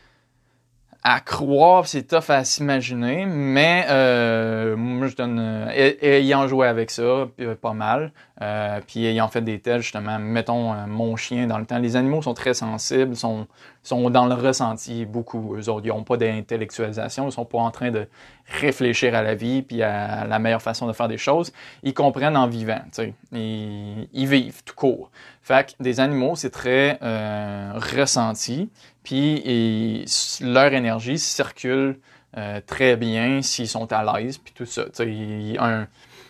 à croire, c'est tough à s'imaginer, mais euh, moi je donne euh, ayant joué avec ça euh, pas mal, euh, puis ayant fait des tests justement, mettons euh, mon chien dans le temps, les animaux sont très sensibles, sont sont dans le ressenti beaucoup. Eux autres, ils n'ont pas d'intellectualisation, ils sont pas en train de réfléchir à la vie puis à la meilleure façon de faire des choses. Ils comprennent en vivant, tu sais, ils, ils vivent tout court. Fait que des animaux, c'est très euh, ressenti. Puis et, leur énergie circule euh, très bien s'ils sont à l'aise, puis tout ça. Il, un,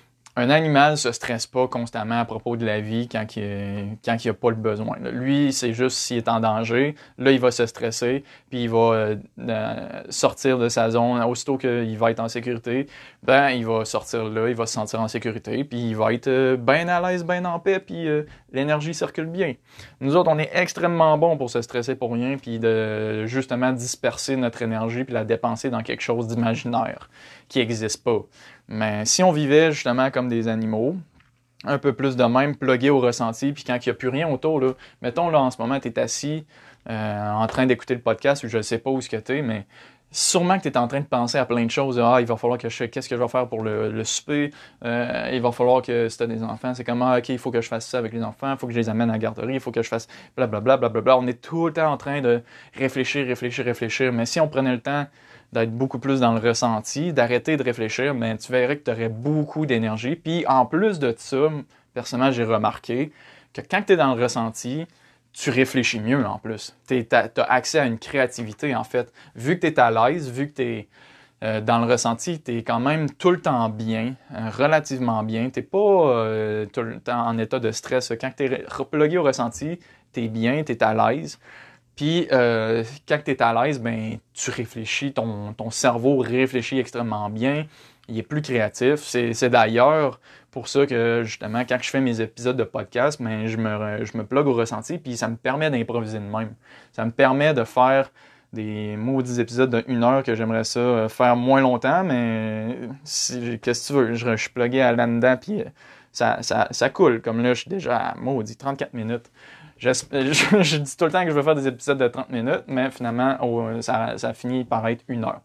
un animal ne se stresse pas constamment à propos de la vie quand il quand il a pas le besoin. Lui, c'est juste s'il est en danger, là, il va se stresser, puis il va euh, euh, sortir de sa zone. Aussitôt qu'il va être en sécurité, ben il va sortir là, il va se sentir en sécurité, puis il va être euh, bien à l'aise, bien en paix, puis euh, l'énergie circule bien. Nous autres, on est extrêmement bons pour se stresser pour rien, puis de justement disperser notre énergie, puis la dépenser dans quelque chose d'imaginaire qui n'existe pas. Mais si on vivait justement comme des animaux, un peu plus de même, plugué au ressenti, puis quand il n'y a plus rien autour, là, mettons là en ce moment, tu es assis euh, en train d'écouter le podcast, ou je ne sais pas où ce que tu es, mais sûrement que tu es en train de penser à plein de choses. Ah, il va falloir que je qu'est-ce que je vais faire pour le, le souper, euh, il va falloir que si tu as des enfants, c'est comme ah, ok, il faut que je fasse ça avec les enfants, il faut que je les amène à la garderie, il faut que je fasse blablabla, blablabla. On est tout le temps en train de réfléchir, réfléchir, réfléchir, mais si on prenait le temps d'être beaucoup plus dans le ressenti, d'arrêter de réfléchir, mais tu verrais que tu aurais beaucoup d'énergie. Puis en plus de ça, personnellement, j'ai remarqué que quand tu es dans le ressenti, tu réfléchis mieux en plus. Tu as accès à une créativité en fait. Vu que tu es à l'aise, vu que tu es euh, dans le ressenti, tu es quand même tout le temps bien, euh, relativement bien. Tu n'es pas euh, tout le temps en état de stress. Quand tu es replugué au ressenti, tu es bien, tu es à l'aise. Puis, euh, quand tu es à l'aise, ben, tu réfléchis, ton, ton cerveau réfléchit extrêmement bien, il est plus créatif. C'est, c'est d'ailleurs pour ça que, justement, quand je fais mes épisodes de podcast, ben, je me, je me plug au ressenti, puis ça me permet d'improviser de même. Ça me permet de faire des maudits épisodes de une heure que j'aimerais ça faire moins longtemps, mais si, qu'est-ce que tu veux, je, je suis plugué à là-dedans, puis ça, ça, ça coule. Comme là, je suis déjà à maudit trente-quatre minutes. Je, je, je dis tout le temps que je veux faire des épisodes de trente minutes, mais finalement, oh, ça, ça finit par être une heure.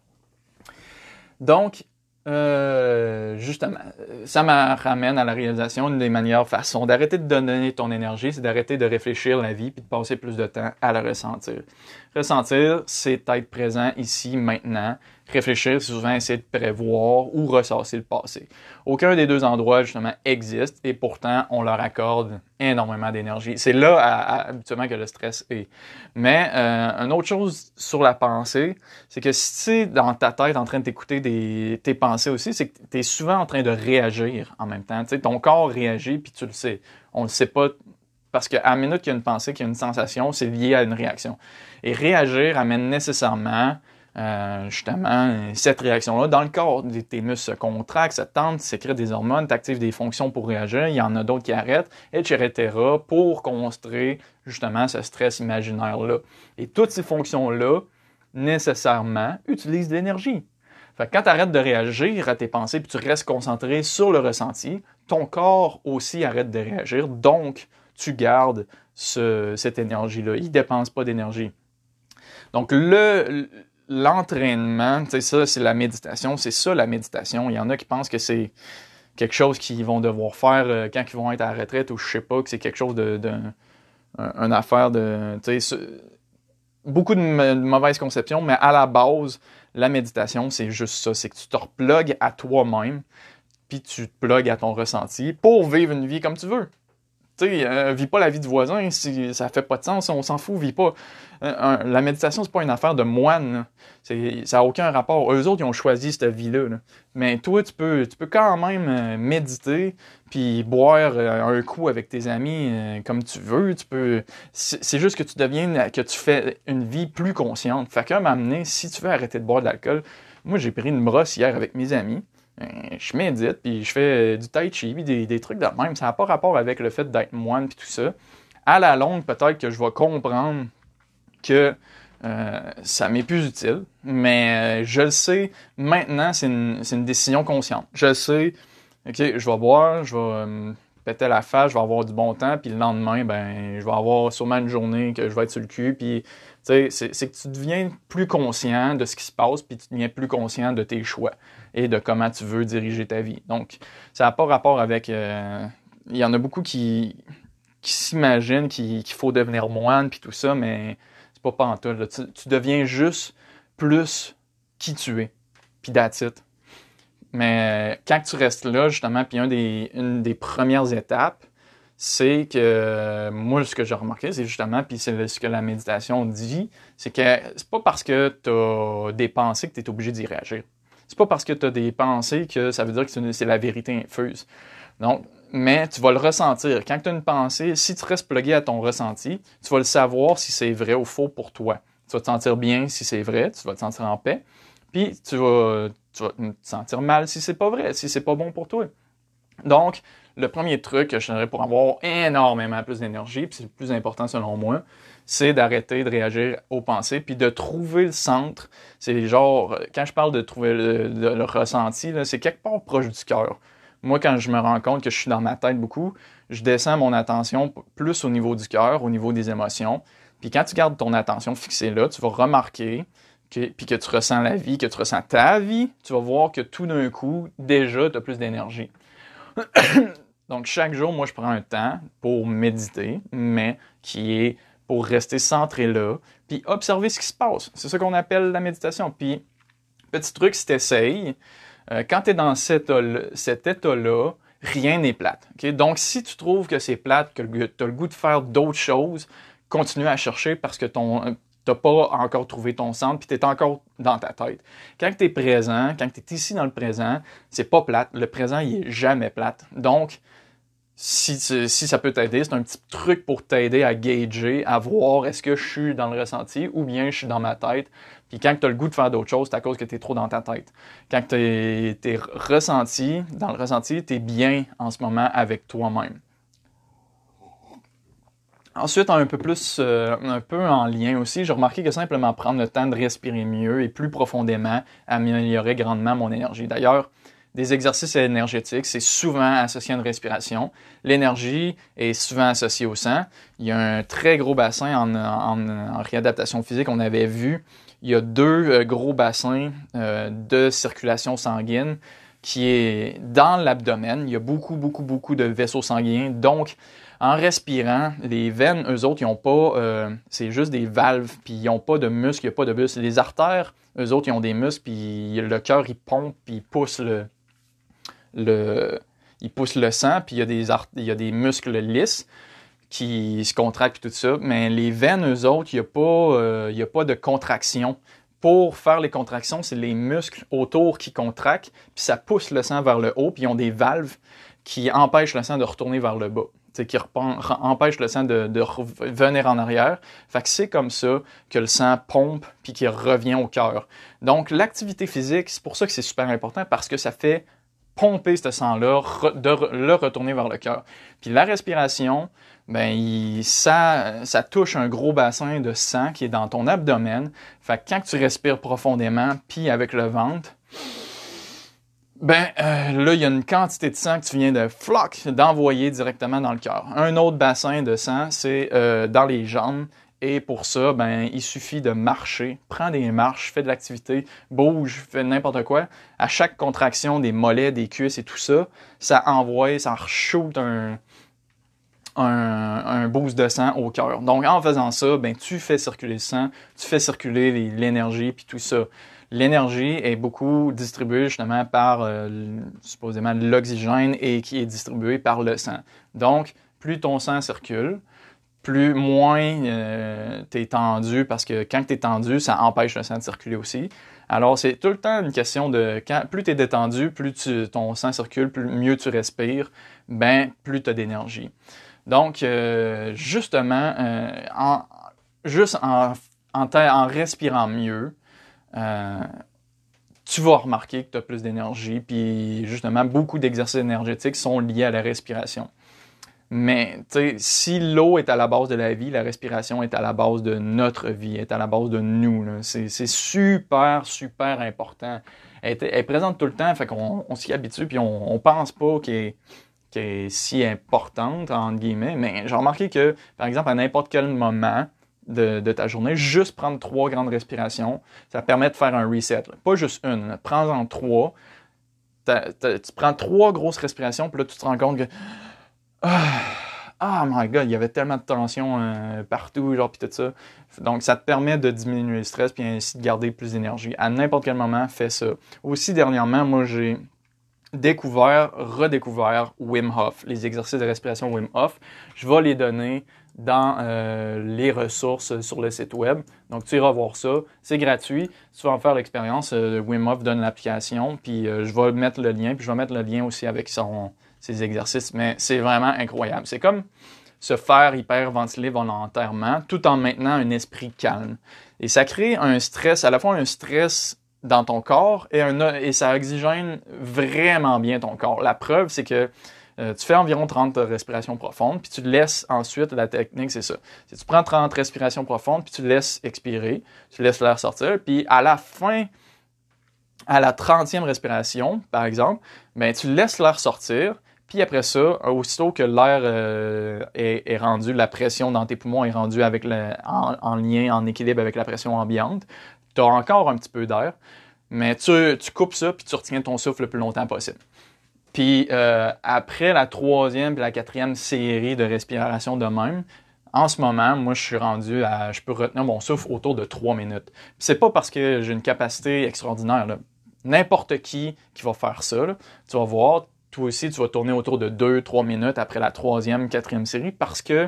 Donc, euh, justement, ça me ramène à la réalisation d'une des meilleures façons d'arrêter de donner ton énergie, c'est d'arrêter de réfléchir la vie puis de passer plus de temps à la ressentir. Ressentir, c'est être présent ici, maintenant, Réfléchir, c'est souvent essayer de prévoir ou ressasser le passé. Aucun des deux endroits, justement, existe et pourtant, on leur accorde énormément d'énergie. C'est là, à, à, habituellement, que le stress est. Mais euh, une autre chose sur la pensée, c'est que si tu es dans ta tête en train de t'écouter des, tes pensées aussi, c'est que tu es souvent en train de réagir en même temps. Tu sais, ton corps réagit, puis tu le sais. On ne le sait pas. Parce qu'à la minute qu'il y a une pensée, qu'il y a une sensation, c'est lié à une réaction. Et réagir amène nécessairement, euh, justement, cette réaction-là. Dans le corps, tes muscles se contractent, se tendent, sécrètent des hormones, t'actives des fonctions pour réagir. Il y en a d'autres qui arrêtent, et cetera, pour construire, justement, ce stress imaginaire-là. Et toutes ces fonctions-là, nécessairement, utilisent de l'énergie. Fait que quand tu arrêtes de réagir à tes pensées, puis tu restes concentré sur le ressenti, ton corps aussi arrête de réagir, donc tu gardes ce, cette énergie-là. Il ne dépense pas d'énergie. Donc, le, l'entraînement, tu sais, ça, c'est la méditation. C'est ça, la méditation. Il y en a qui pensent que c'est quelque chose qu'ils vont devoir faire euh, quand ils vont être à la retraite ou je sais pas, que c'est quelque chose de... de un, une affaire de... Tu sais, beaucoup de, de mauvaises conceptions, mais à la base, la méditation, c'est juste ça. C'est que tu te replugues à toi-même, puis tu te plugues à ton ressenti pour vivre une vie comme tu veux. Tu sais, euh, vis pas la vie du voisin, si ça fait pas de sens, on s'en fout, vis pas. Euh, un, la méditation, c'est pas une affaire de moine, c'est, ça n'a aucun rapport. Eux autres, ils ont choisi cette vie-là. Là. Mais toi, tu peux, tu peux quand même euh, méditer, puis boire euh, un coup avec tes amis euh, comme tu veux. Tu peux. C'est, c'est juste que tu deviens, que tu fais une vie plus consciente. Fait qu'à m'amener, si tu veux arrêter de boire de l'alcool, moi, j'ai pris une brosse hier avec mes amis. Je médite, puis je fais du tai chi, puis des, des trucs de même. Ça n'a pas rapport avec le fait d'être moine, puis tout ça. À la longue, peut-être que je vais comprendre que euh, ça m'est plus utile, mais je le sais, maintenant, c'est une, c'est une décision consciente. Je le sais, OK, je vais boire, je vais euh, péter la face, je vais avoir du bon temps, puis le lendemain, ben, je vais avoir sûrement une journée que je vais être sur le cul, puis tu sais, c'est, c'est que tu deviens plus conscient de ce qui se passe, puis tu deviens plus conscient de tes choix et de comment tu veux diriger ta vie. Donc, ça n'a pas rapport avec... Euh, il y en a beaucoup qui, qui s'imaginent qu'il, qu'il faut devenir moine, puis tout ça, mais c'est pas pantoute. Là. Tu, tu deviens juste plus qui tu es, puis that's it. Mais quand tu restes là, justement, puis un des, une des premières étapes, c'est que moi, ce que j'ai remarqué, c'est justement, puis c'est ce que la méditation dit, c'est que c'est pas parce que tu as des pensées que tu es obligé d'y réagir. C'est pas parce que tu as des pensées que ça veut dire que c'est la vérité infuse. Donc, mais tu vas le ressentir. Quand tu as une pensée, si tu restes plugué à ton ressenti, tu vas le savoir si c'est vrai ou faux pour toi. Tu vas te sentir bien si c'est vrai, tu vas te sentir en paix, puis tu vas, tu vas te sentir mal si c'est pas vrai, si c'est pas bon pour toi. Donc, le premier truc que je donnerais pour avoir énormément plus d'énergie, puis c'est le plus important selon moi, c'est d'arrêter de réagir aux pensées, puis de trouver le centre. C'est genre, quand je parle de trouver le, le, le ressenti, là, c'est quelque part proche du cœur. Moi, quand je me rends compte que je suis dans ma tête beaucoup, je descends mon attention plus au niveau du cœur, au niveau des émotions. Puis quand tu gardes ton attention fixée là, tu vas remarquer, que, puis que tu ressens la vie, que tu ressens ta vie, tu vas voir que tout d'un coup, déjà, tu as plus d'énergie. Donc, chaque jour, moi, je prends un temps pour méditer, mais qui est pour rester centré là, puis observer ce qui se passe. C'est ça qu'on appelle la méditation. Puis, petit truc, si tu essayes, euh, quand tu es dans cet état-là, cet état-là, rien n'est plate. Okay? Donc, si tu trouves que c'est plate, que tu as le goût de faire d'autres choses, continue à chercher parce que ton... t'as pas encore trouvé ton centre, puis t'es encore dans ta tête. Quand t'es présent, quand t'es ici dans le présent, c'est pas plate. Le présent, il est jamais plate. Donc, si, tu, si ça peut t'aider, c'est un petit truc pour t'aider à gager, à voir est-ce que je suis dans le ressenti ou bien je suis dans ma tête. Puis quand t'as le goût de faire d'autres choses, c'est à cause que t'es trop dans ta tête. Quand t'es, t'es ressenti, dans le ressenti, t'es bien en ce moment avec toi-même. Ensuite, un peu plus, euh, un peu en lien aussi, j'ai remarqué que simplement prendre le temps de respirer mieux et plus profondément améliorait grandement mon énergie. D'ailleurs, des exercices énergétiques, c'est souvent associé à une respiration. L'énergie est souvent associée au sang. Il y a un très gros bassin en, en, en réadaptation physique, on avait vu. Il y a deux gros bassins euh, de circulation sanguine qui est dans l'abdomen. Il y a beaucoup, beaucoup, beaucoup de vaisseaux sanguins. Donc, en respirant, les veines, eux autres, ils n'ont pas... Euh, c'est juste des valves, puis ils n'ont pas de muscles, il n'y a pas de muscles. Les artères, eux autres, ils ont des muscles, puis le cœur, il pompe, puis il pousse le... le il pousse le sang, puis il y a des, art- il y a des muscles lisses qui se contractent, puis tout ça. Mais les veines, eux autres, il n'y a, euh, il y a pas de contraction. Pour faire les contractions, c'est les muscles autour qui contractent, puis ça pousse le sang vers le haut, puis ils ont des valves qui empêchent le sang de retourner vers le bas, qui repen- empêchent le sang de, de revenir en arrière. Fait que c'est comme ça que le sang pompe, puis qu'il revient au cœur. Donc, l'activité physique, c'est pour ça que c'est super important, parce que ça fait pomper ce sang-là, re, de re, le retourner vers le cœur. Puis la respiration, ben il, ça, ça touche un gros bassin de sang qui est dans ton abdomen. Fait que quand tu respires profondément, puis avec le ventre, ben euh, là, il y a une quantité de sang que tu viens de floc d'envoyer directement dans le cœur. Un autre bassin de sang, c'est euh, dans les jambes. Et pour ça, ben, il suffit de marcher, prends des marches, fais de l'activité, bouge, fais n'importe quoi. À chaque contraction des mollets, des cuisses et tout ça, ça envoie, ça shoot un, un, un boost de sang au cœur. Donc, en faisant ça, ben, tu fais circuler le sang, tu fais circuler les, l'énergie puis tout ça. L'énergie est beaucoup distribuée justement par euh, supposément l'oxygène et qui est distribué par le sang. Donc, plus ton sang circule, plus moins euh, tu es tendu, parce que quand tu es tendu, ça empêche le sang de circuler aussi. Alors, c'est tout le temps une question de... Quand, plus tu es détendu, plus tu, ton sang circule, plus mieux tu respires, ben plus tu as d'énergie. Donc, euh, justement, euh, en, juste en, en, en respirant mieux, euh, tu vas remarquer que tu as plus d'énergie, puis justement, beaucoup d'exercices énergétiques sont liés à la respiration. Mais, tu sais, si l'eau est à la base de la vie, la respiration est à la base de notre vie, est à la base de nous. Là. C'est, c'est super, super important. Elle est, elle est présente tout le temps, fait qu'on on s'y habitue, puis on, on pense pas qu'elle est, qu'elle est si importante, entre guillemets. Mais j'ai remarqué que, par exemple, à n'importe quel moment de, de ta journée, juste prendre trois grandes respirations, ça permet de faire un reset. Là. Pas juste une, là. Prends-en trois. T'as, t'as, tu prends trois grosses respirations, puis là, tu te rends compte que ah, oh my god, il y avait tellement de tension euh, partout, genre, pis tout ça. Donc, ça te permet de diminuer le stress, puis ainsi de garder plus d'énergie. À n'importe quel moment, fais ça. Aussi, dernièrement, moi, j'ai découvert, redécouvert Wim Hof, les exercices de respiration Wim Hof. Je vais les donner dans euh, les ressources sur le site web. Donc, tu iras voir ça. C'est gratuit. Si tu vas en faire l'expérience, euh, Wim Hof donne l'application, puis euh, je vais mettre le lien, puis je vais mettre le lien aussi avec son... ces exercices, mais c'est vraiment incroyable. C'est comme se faire hyperventiler volontairement tout en maintenant un esprit calme. Et ça crée un stress, à la fois un stress dans ton corps et, un, et ça oxygène vraiment bien ton corps. La preuve, c'est que euh, tu fais environ trente respirations profondes, puis tu laisses ensuite, la technique, c'est ça. C'est tu prends trente respirations profondes, puis tu laisses expirer, tu laisses l'air sortir, puis à la fin, à la trentième respiration, par exemple, ben, tu laisses l'air sortir. Puis après ça, aussitôt que l'air euh, est, est rendu, la pression dans tes poumons est rendue avec le, en, en lien, en équilibre avec la pression ambiante, tu as encore un petit peu d'air, mais tu, tu coupes ça puis tu retiens ton souffle le plus longtemps possible. Puis euh, après la troisième et la quatrième série de respiration de même, en ce moment, moi, je suis rendu à... Je peux retenir mon souffle autour de trois minutes. Puis c'est pas parce que j'ai une capacité extraordinaire, là. N'importe qui qui va faire ça, là, tu vas voir... Toi aussi, tu vas tourner autour de deux à trois minutes après la troisième, quatrième série parce que,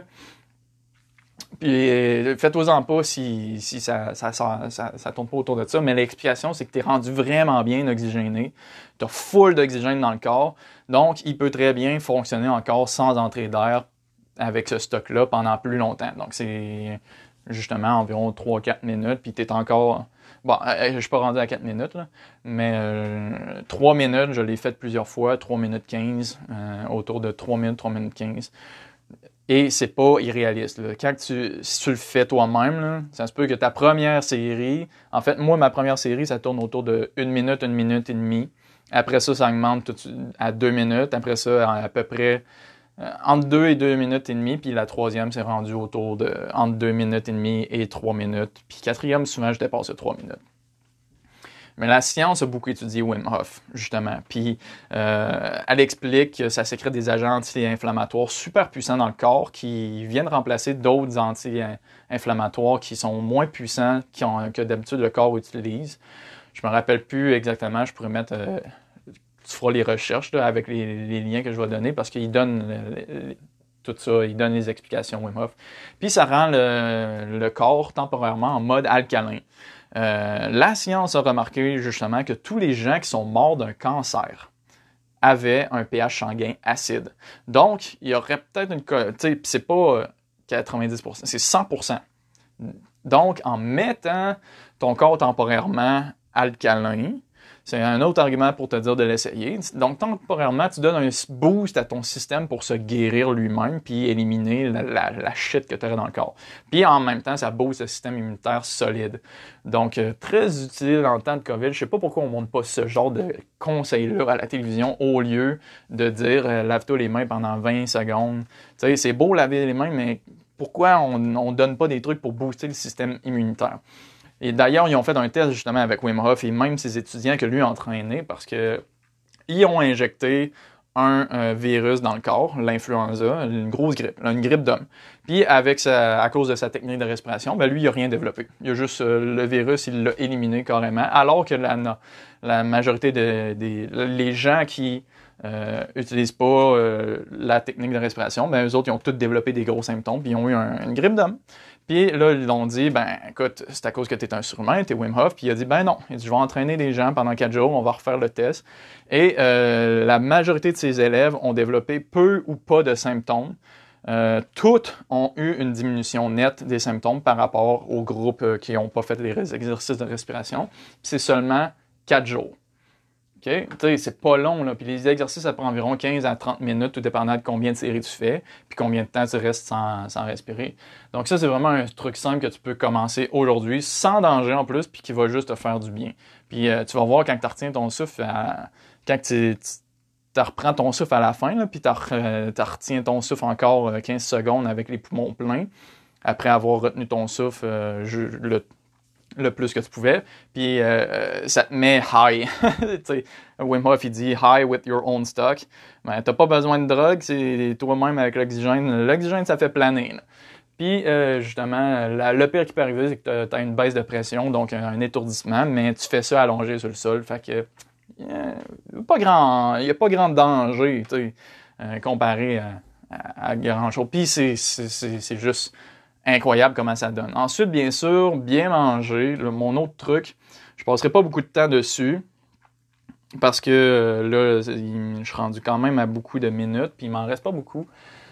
puis faites-en pas si, si ça, ça, ça, ça, ça tourne pas autour de ça, mais l'explication, c'est que tu es rendu vraiment bien oxygéné, tu as full d'oxygène dans le corps, donc il peut très bien fonctionner encore sans entrée d'air avec ce stock-là pendant plus longtemps. Donc c'est justement environ trois à quatre minutes, puis tu es encore... Bon, je ne suis pas rendu à quatre minutes, là, mais euh, trois minutes, je l'ai fait plusieurs fois, trois minutes quinze, euh, autour de trois minutes, trois minutes quinze. Et c'est pas irréaliste. Là. Quand tu, si tu le fais toi-même, là, ça se peut que ta première série... En fait, moi, ma première série, ça tourne autour de une minute, une minute et demie. Après ça, ça augmente tout, à deux minutes. Après ça, à, à peu près... Euh, entre deux et deux minutes et demie, puis la troisième, c'est rendu autour de entre deux minutes et demie et trois minutes. Puis quatrième, souvent, je dépasse trois minutes. Mais la science a beaucoup étudié Wim Hof, justement. Puis, euh, elle explique que ça sécrète des agents anti-inflammatoires super puissants dans le corps qui viennent remplacer d'autres anti-inflammatoires qui sont moins puissants que d'habitude le corps utilise. Je me rappelle plus exactement, je pourrais mettre... Euh, tu feras les recherches là, avec les, les liens que je vais donner parce qu'ils donnent le, le, tout ça, ils donnent les explications Wim Hof. Puis ça rend le, le corps temporairement en mode alcalin. Euh, la science a remarqué justement que tous les gens qui sont morts d'un cancer avaient un pH sanguin acide. Donc, il y aurait peut-être une... Tu sais, c'est pas quatre-vingt-dix pour cent, c'est cent pour cent. Donc, en mettant ton corps temporairement alcalin, c'est un autre argument pour te dire de l'essayer. Donc, temporairement, tu donnes un boost à ton système pour se guérir lui-même puis éliminer la, la, la shit que tu aurais dans le corps. Puis, en même temps, ça booste le système immunitaire solide. Donc, euh, très utile en temps de COVID. Je sais pas pourquoi on ne montre pas ce genre de conseils-là à la télévision au lieu de dire euh, « lave-toi les mains pendant vingt secondes ». Tu sais, c'est beau laver les mains, mais pourquoi on ne donne pas des trucs pour booster le système immunitaire? Et d'ailleurs, ils ont fait un test justement avec Wim Hof et même ses étudiants que lui a entraînés parce que ils ont injecté un euh, virus dans le corps, l'influenza, une grosse grippe, une grippe d'homme. Puis avec sa, à cause de sa technique de respiration, ben lui, il n'a rien développé. Il a juste euh, le virus, il l'a éliminé carrément, alors que la, la majorité des de, les gens qui euh, utilisent pas euh, la technique de respiration, ben eux autres, ils ont tous développé des gros symptômes, puis ils ont eu un, une grippe d'homme. Puis là, ils l'ont dit, ben écoute, c'est à cause que tu es un surhumain, tu es Wim Hof. Puis il a dit, ben non, il dit, je vais entraîner des gens pendant quatre jours, on va refaire le test. Et euh, la majorité de ses élèves ont développé peu ou pas de symptômes. Euh, toutes ont eu une diminution nette des symptômes par rapport aux groupes euh, qui n'ont pas fait les exercices de respiration. Puis c'est seulement quatre jours. Okay? Tu sais, c'est pas long, là. Puis les exercices, ça prend environ quinze à trente minutes, tout dépendant de combien de séries tu fais, puis combien de temps tu restes sans, sans respirer. Donc ça, c'est vraiment un truc simple que tu peux commencer aujourd'hui, sans danger en plus, puis qui va juste te faire du bien. Puis euh, tu vas voir quand tu retiens ton souffle, à, quand tu, tu tu reprends ton souffle à la fin, là, puis tu euh, retiens ton souffle encore quinze secondes avec les poumons pleins, après avoir retenu ton souffle euh, je, le le plus que tu pouvais, puis euh, ça te met high. Wim Hof, il dit « high with your own stock ». Ben, t'as pas besoin de drogue, c'est toi-même avec l'oxygène. L'oxygène, ça fait planer. Là. Puis, euh, justement, la, le pire qui peut arriver, c'est que tu as une baisse de pression, donc un, un étourdissement, mais tu fais ça allongé sur le sol, fait que il n'y a pas grand, il y a pas grand danger, tu sais, euh, comparé à, à, à grand chose. Puis, c'est, c'est, c'est, c'est juste incroyable comment ça donne. Ensuite, bien sûr, bien manger. Le, mon autre truc, je passerai pas beaucoup de temps dessus parce que euh, là, je suis rendu quand même à beaucoup de minutes, puis il m'en reste pas beaucoup.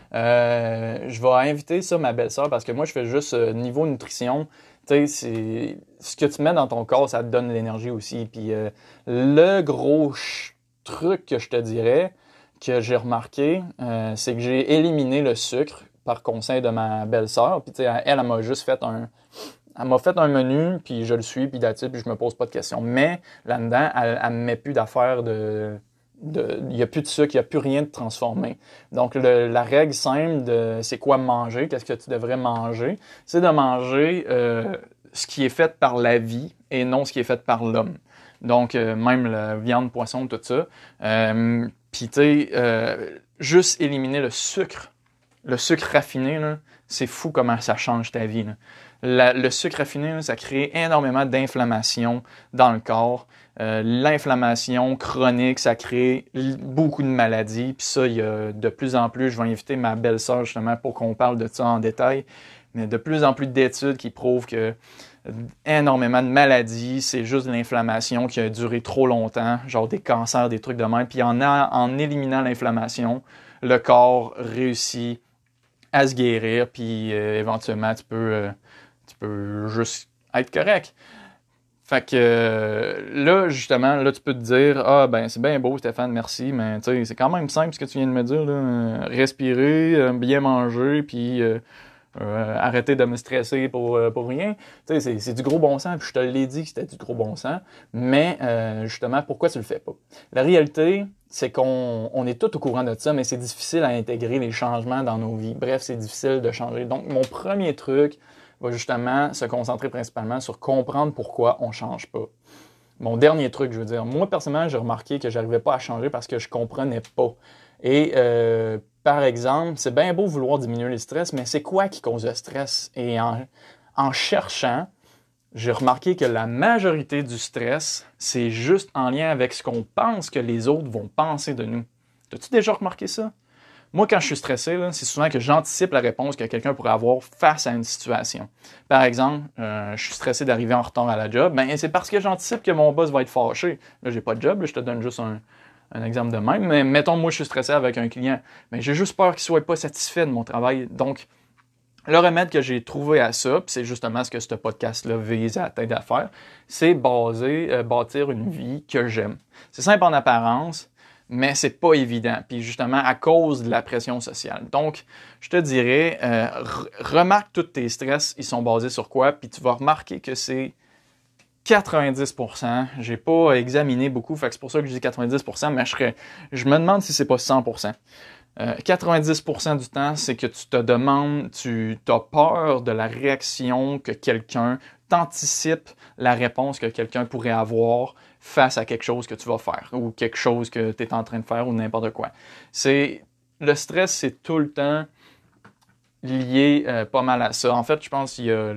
Euh, je vais inviter ça ma belle-sœur parce que moi, je fais juste euh, niveau nutrition. Tu sais, c'est ce que tu mets dans ton corps, ça te donne l'énergie aussi. Puis euh, le gros ch- truc que je te dirais, que j'ai remarqué, euh, c'est que j'ai éliminé le sucre par conseil de ma belle-sœur. Puis, tu sais, elle, elle m'a juste fait un... Elle m'a fait un menu, puis je le suis, puis that's it, puis je me pose pas de questions. Mais là-dedans, elle, elle me met plus d'affaires de... de il n'y a plus de sucre, il n'y a plus rien de transformé. Donc, le, la règle simple de c'est quoi manger, qu'est-ce que tu devrais manger, c'est de manger euh, ce qui est fait par la vie et non ce qui est fait par l'homme. Donc, euh, même la viande, poisson, tout ça. Euh, puis, tu sais, euh, juste éliminer le sucre. Le sucre raffiné, là, c'est fou comment ça change ta vie. Là. La, le sucre raffiné, là, ça crée énormément d'inflammation dans le corps. Euh, l'inflammation chronique, ça crée beaucoup de maladies. Puis ça, il y a de plus en plus, je vais inviter ma belle-sœur justement pour qu'on parle de ça en détail, mais de plus en plus d'études qui prouvent que énormément de maladies, c'est juste de l'inflammation qui a duré trop longtemps, genre des cancers, des trucs de même. Puis en, en éliminant l'inflammation, le corps réussit à se guérir, puis euh, éventuellement, tu peux, euh, tu peux juste être correct. Fait que euh, là, justement, là, tu peux te dire « Ah, ben, c'est bien beau, Stéphane, merci, mais tu sais, c'est quand même simple ce que tu viens de me dire, là. Respirer, euh, bien manger, puis euh, euh, arrêter de me stresser pour, euh, pour rien. » Tu sais, c'est, c'est du gros bon sens, puis je te l'ai dit que c'était du gros bon sens, mais euh, justement, pourquoi tu le fais pas? La réalité, c'est qu'on on est tous au courant de ça, mais c'est difficile à intégrer les changements dans nos vies. Bref, c'est difficile de changer. Donc, mon premier truc va justement se concentrer principalement sur comprendre pourquoi on ne change pas. mon dernier truc, je veux dire. Moi, personnellement, j'ai remarqué que j'arrivais pas à changer parce que je comprenais pas. Et euh, par exemple, c'est bien beau vouloir diminuer le stress, mais c'est quoi qui cause le stress? Et en, en cherchant, j'ai remarqué que la majorité du stress, c'est juste en lien avec ce qu'on pense que les autres vont penser de nous. As-tu déjà remarqué ça? Moi, quand je suis stressé, là, c'est souvent que j'anticipe la réponse que quelqu'un pourrait avoir face à une situation. Par exemple, euh, je suis stressé d'arriver en retard à la job, ben c'est parce que j'anticipe que mon boss va être fâché. Là, j'ai pas de job, là, je te donne juste un, un exemple de même. Mais mettons, moi, je suis stressé avec un client, mais j'ai juste peur qu'il soit pas satisfait de mon travail. Donc, le remède que j'ai trouvé à ça, puis c'est justement ce que ce podcast-là vise à t'aider à faire, c'est baser, euh, bâtir une vie que j'aime. C'est simple en apparence, mais c'est pas évident. Puis justement, à cause de la pression sociale. Donc, je te dirais, euh, re- remarque tous tes stress, ils sont basés sur quoi, puis tu vas remarquer que c'est quatre-vingt-dix pour cent. J'ai pas examiné beaucoup, fait que c'est pour ça que je dis quatre-vingt-dix pour cent, mais je, serais, je me demande si c'est pas cent pour cent. Euh, quatre-vingt-dix pour cent du temps, c'est que tu te demandes, tu as peur de la réaction que quelqu'un, t'anticipes la réponse que quelqu'un pourrait avoir face à quelque chose que tu vas faire ou quelque chose que tu es en train de faire ou n'importe quoi. C'est, le stress, c'est tout le temps lié euh, pas mal à ça. En fait, je pense qu'il y a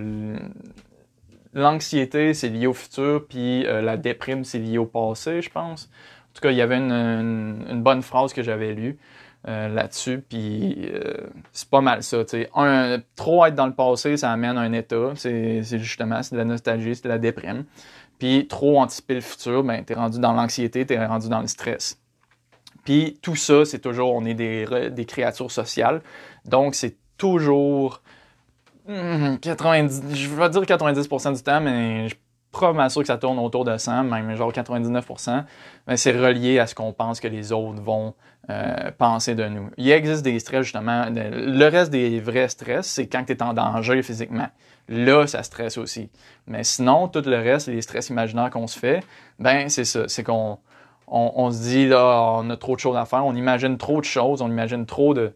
l'anxiété, c'est lié au futur, puis euh, la déprime, c'est lié au passé, je pense. En tout cas, il y avait une, une, une bonne phrase que j'avais lue. Euh, là-dessus, puis euh, c'est pas mal ça, tu sais. Un, trop être dans le passé, ça amène un état, c'est, c'est justement, c'est de la nostalgie, c'est de la déprime. Puis trop anticiper le futur, ben t'es rendu dans l'anxiété, t'es rendu dans le stress. Puis tout ça, c'est toujours, on est des, des créatures sociales, donc c'est toujours quatre-vingt-dix, je vais dire quatre-vingt-dix pour cent du temps, mais je suis probablement sûr que ça tourne autour de cent, même genre quatre-vingt-dix-neuf pour cent, mais c'est relié à ce qu'on pense que les autres vont euh, penser de nous. Il existe des stress, justement. Le reste des vrais stress, c'est quand tu es en danger physiquement. Là, ça stresse aussi. Mais sinon, tout le reste, les stress imaginaires qu'on se fait, ben c'est ça. C'est qu'on on, on se dit, là, on a trop de choses à faire, on imagine trop de choses, on imagine trop de,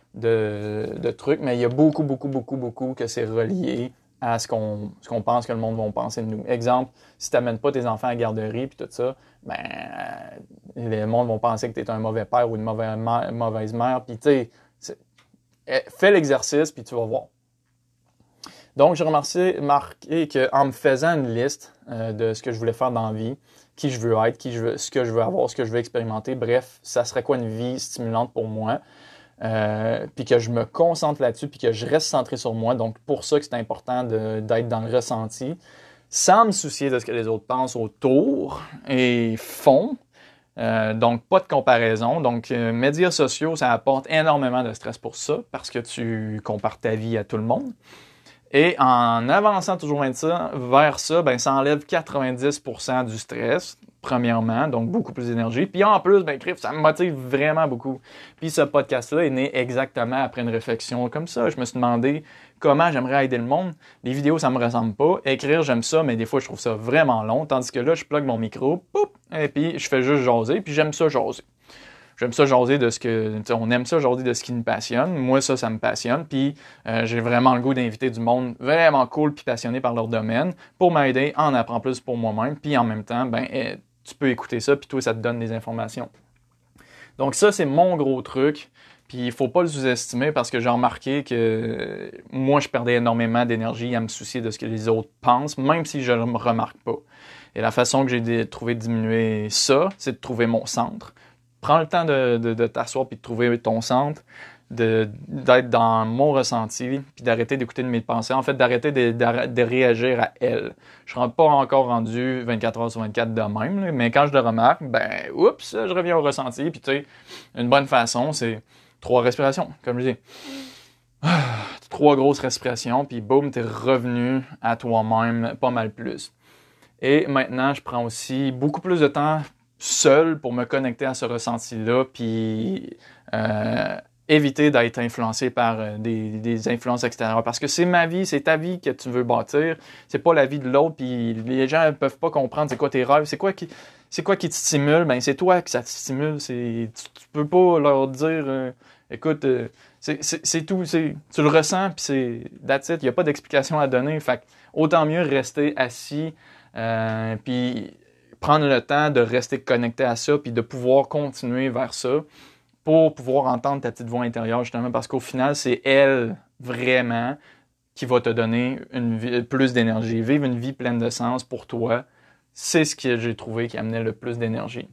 de, de trucs, mais il y a beaucoup, beaucoup, beaucoup, beaucoup que c'est relié à ce qu'on, ce qu'on pense que le monde va penser de nous. Exemple, si tu n'amènes pas tes enfants à la garderie puis tout ça, ben euh, le monde va penser que tu es un mauvais père ou une mauvaise mère, mauvaise mère. Puis tu sais, fais l'exercice puis tu vas voir. Donc, j'ai remarqué, remarqué qu'en me faisant une liste euh, de ce que je voulais faire dans la vie, qui je veux être, qui je veux, ce que je veux avoir, ce que je veux expérimenter, bref, ça serait quoi une vie stimulante pour moi, euh, puis que je me concentre là-dessus, puis que je reste centré sur moi. Donc, pour ça que c'est important de, d'être dans le ressenti, sans me soucier de ce que les autres pensent autour et font. Euh, donc, pas de comparaison. Donc, euh, médias sociaux, ça apporte énormément de stress pour ça, parce que tu compares ta vie à tout le monde. Et en avançant toujours vers ça, ben, ça enlève quatre-vingt-dix pour cent du stress, premièrement, donc beaucoup plus d'énergie. Puis en plus, ben, ça me motive vraiment beaucoup. Puis ce podcast-là est né exactement après une réflexion comme ça. Je me suis demandé comment j'aimerais aider le monde. Les vidéos, ça me ressemble pas. Écrire, j'aime ça, mais des fois, je trouve ça vraiment long. Tandis que là, je plug mon micro, poup, et puis je fais juste jaser, puis j'aime ça jaser. J'aime ça jaser de ce que... On aime ça jaser de ce qui nous passionne. Moi, ça, ça me passionne. Puis euh, j'ai vraiment le goût d'inviter du monde vraiment cool puis passionné par leur domaine pour m'aider à en apprendre plus pour moi-même. Puis en même temps, ben eh, tu peux écouter ça puis toi, ça te donne des informations. Donc ça, c'est mon gros truc. Puis il faut pas le sous-estimer parce que j'ai remarqué que euh, moi, je perdais énormément d'énergie à me soucier de ce que les autres pensent, même si je ne me remarque pas. Et la façon que j'ai trouvé de diminuer ça, c'est de trouver mon centre. Prends le temps de, de, de t'asseoir puis de trouver ton centre, de, d'être dans mon ressenti puis d'arrêter d'écouter de mes pensées. En fait, d'arrêter de, de, de réagir à elles. Je ne suis pas encore rendu vingt-quatre heures sur vingt-quatre de même, là, mais quand je le remarque, ben, oups, je reviens au ressenti. Puis tu sais, une bonne façon, c'est trois respirations, comme je dis. Trois grosses respirations, puis boum, t'es revenu à toi-même pas mal plus. Et maintenant, je prends aussi beaucoup plus de temps seul pour me connecter à ce ressenti-là, puis euh, éviter d'être influencé par des, des influences extérieures. Parce que c'est ma vie, c'est ta vie que tu veux bâtir, c'est pas la vie de l'autre, puis les gens ne peuvent pas comprendre c'est quoi tes rêves, c'est quoi qui, c'est quoi qui te stimule, ben c'est toi que ça te stimule, c'est, tu, tu peux pas leur dire, euh, écoute, euh, c'est, c'est, c'est tout, c'est, tu le ressens, puis c'est, that's it, il n'y a pas d'explication à donner, fait autant mieux rester assis, euh, puis prendre le temps de rester connecté à ça, puis de pouvoir continuer vers ça, pour pouvoir entendre ta petite voix intérieure, justement, parce qu'au final, c'est elle, vraiment, qui va te donner une vie, plus d'énergie. Vivre une vie pleine de sens pour toi, c'est ce que j'ai trouvé qui amenait le plus d'énergie.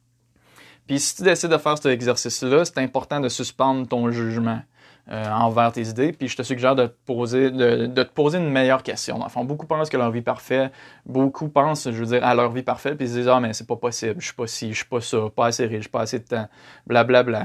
Puis si tu décides de faire cet exercice-là, c'est important de suspendre ton jugement euh, envers tes idées. Puis je te suggère de te poser, de, de te poser une meilleure question. Dans le fond, beaucoup pensent que leur vie parfaite, beaucoup pensent, je veux dire, à leur vie parfaite, puis ils se disent « Ah, mais c'est pas possible, je suis pas ci, je suis pas ça, pas assez riche, pas assez de temps, blablabla. »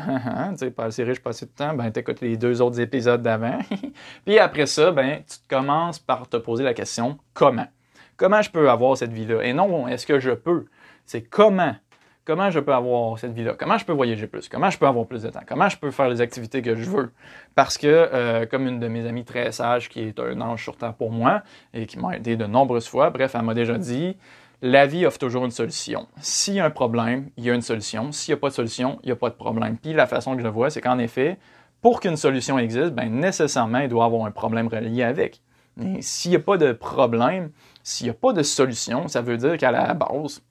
Tu sais, pas assez riche, pas assez de temps, ben t'écoutes les deux autres épisodes d'avant. Puis après ça, ben tu commences par te poser la question « Comment? » Comment je peux avoir cette vie-là? Et non, est-ce que je peux? C'est comment? Comment je peux avoir cette vie-là? Comment je peux voyager plus? Comment je peux avoir plus de temps? Comment je peux faire les activités que je veux? Parce que, euh, comme une de mes amies très sages, qui est un ange sur terre pour moi, et qui m'a aidé de nombreuses fois, bref, elle m'a déjà dit, la vie offre toujours une solution. S'il y a un problème, il y a une solution. S'il n'y a pas de solution, il n'y a pas de problème. Puis la façon que je le vois, c'est qu'en effet, pour qu'une solution existe, ben nécessairement, il doit y avoir un problème relié avec. Et s'il n'y a pas de problème, s'il n'y a pas de solution, ça veut dire qu'à la base,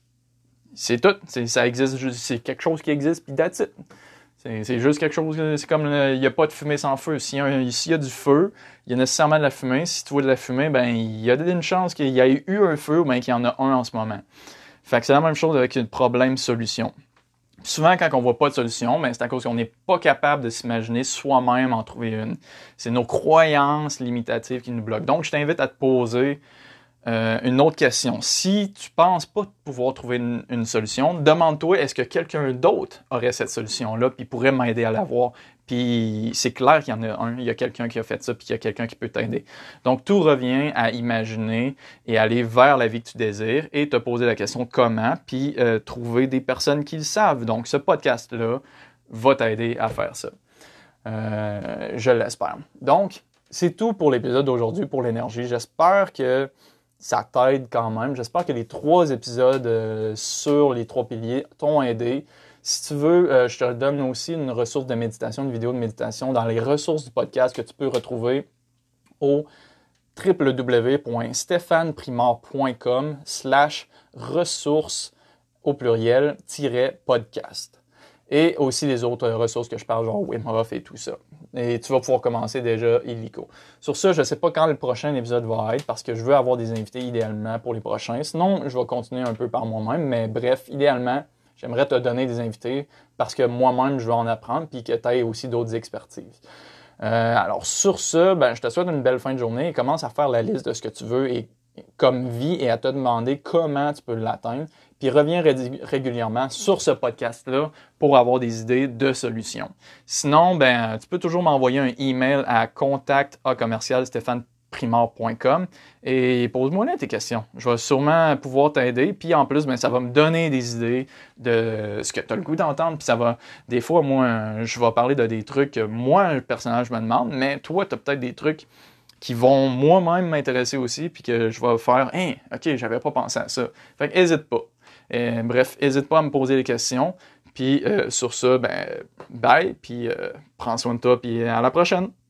c'est tout. C'est, ça existe, c'est quelque chose qui existe, puis that's it. C'est, c'est juste quelque chose, c'est comme il n'y a pas de fumée sans feu. S'il y, a, s'il y a du feu, il y a nécessairement de la fumée. Si tu vois de la fumée, ben il y a une chance qu'il y ait eu un feu ou bien qu'il y en a un en ce moment. Fait que c'est la même chose avec le problème-solution. Souvent, quand on voit pas de solution, ben, c'est à cause qu'on n'est pas capable de s'imaginer soi-même en trouver une. C'est nos croyances limitatives qui nous bloquent. Donc, je t'invite à te poser Euh, une autre question. Si tu penses pas pouvoir trouver une, une solution, demande-toi, est-ce que quelqu'un d'autre aurait cette solution-là puis pourrait m'aider à l'avoir? Puis c'est clair qu'il y en a un, il y a quelqu'un qui a fait ça puis qu'il y a quelqu'un qui peut t'aider. Donc tout revient à imaginer et aller vers la vie que tu désires et te poser la question comment puis euh, trouver des personnes qui le savent. Donc ce podcast-là va t'aider à faire ça. Euh, je l'espère. Donc c'est tout pour l'épisode d'aujourd'hui pour l'énergie. J'espère que ça t'aide quand même. J'espère que les trois épisodes euh, sur les trois piliers t'ont aidé. Si tu veux, euh, je te donne aussi une ressource de méditation, une vidéo de méditation dans les ressources du podcast que tu peux retrouver au w w w point stéphane primard point com slash ressources au pluriel tiret podcast. Et aussi les autres ressources que je parle, genre Wim Hof et tout ça. Et tu vas pouvoir commencer déjà illico. Sur ça, je ne sais pas quand le prochain épisode va être parce que je veux avoir des invités idéalement pour les prochains. Sinon, je vais continuer un peu par moi-même. Mais bref, idéalement, j'aimerais te donner des invités parce que moi-même, je veux en apprendre puis que tu aies aussi d'autres expertises. Euh, alors sur ça, ben, je te souhaite une belle fin de journée et commence à faire la liste de ce que tu veux et comme vie et à te demander comment tu peux l'atteindre. Puis reviens ré- régulièrement sur ce podcast-là pour avoir des idées de solutions. Sinon, ben, tu peux toujours m'envoyer un email à contact arobase commercial stéphane primard point com et pose-moi là tes questions. Je vais sûrement pouvoir t'aider. Puis en plus, ben, ça va me donner des idées de ce que tu as le goût d'entendre. Puis ça va, des fois, moi, je vais parler de des trucs que moi, personnellement, je me demande, mais toi, tu as peut-être des trucs qui vont moi-même m'intéresser aussi, puis que je vais faire « Hein, ok, j'avais pas pensé à ça. » Fait que n'hésite pas. Et, bref, n'hésite pas à me poser des questions. Puis euh, sur ça, ben, bye, puis euh, prends soin de toi, puis à la prochaine!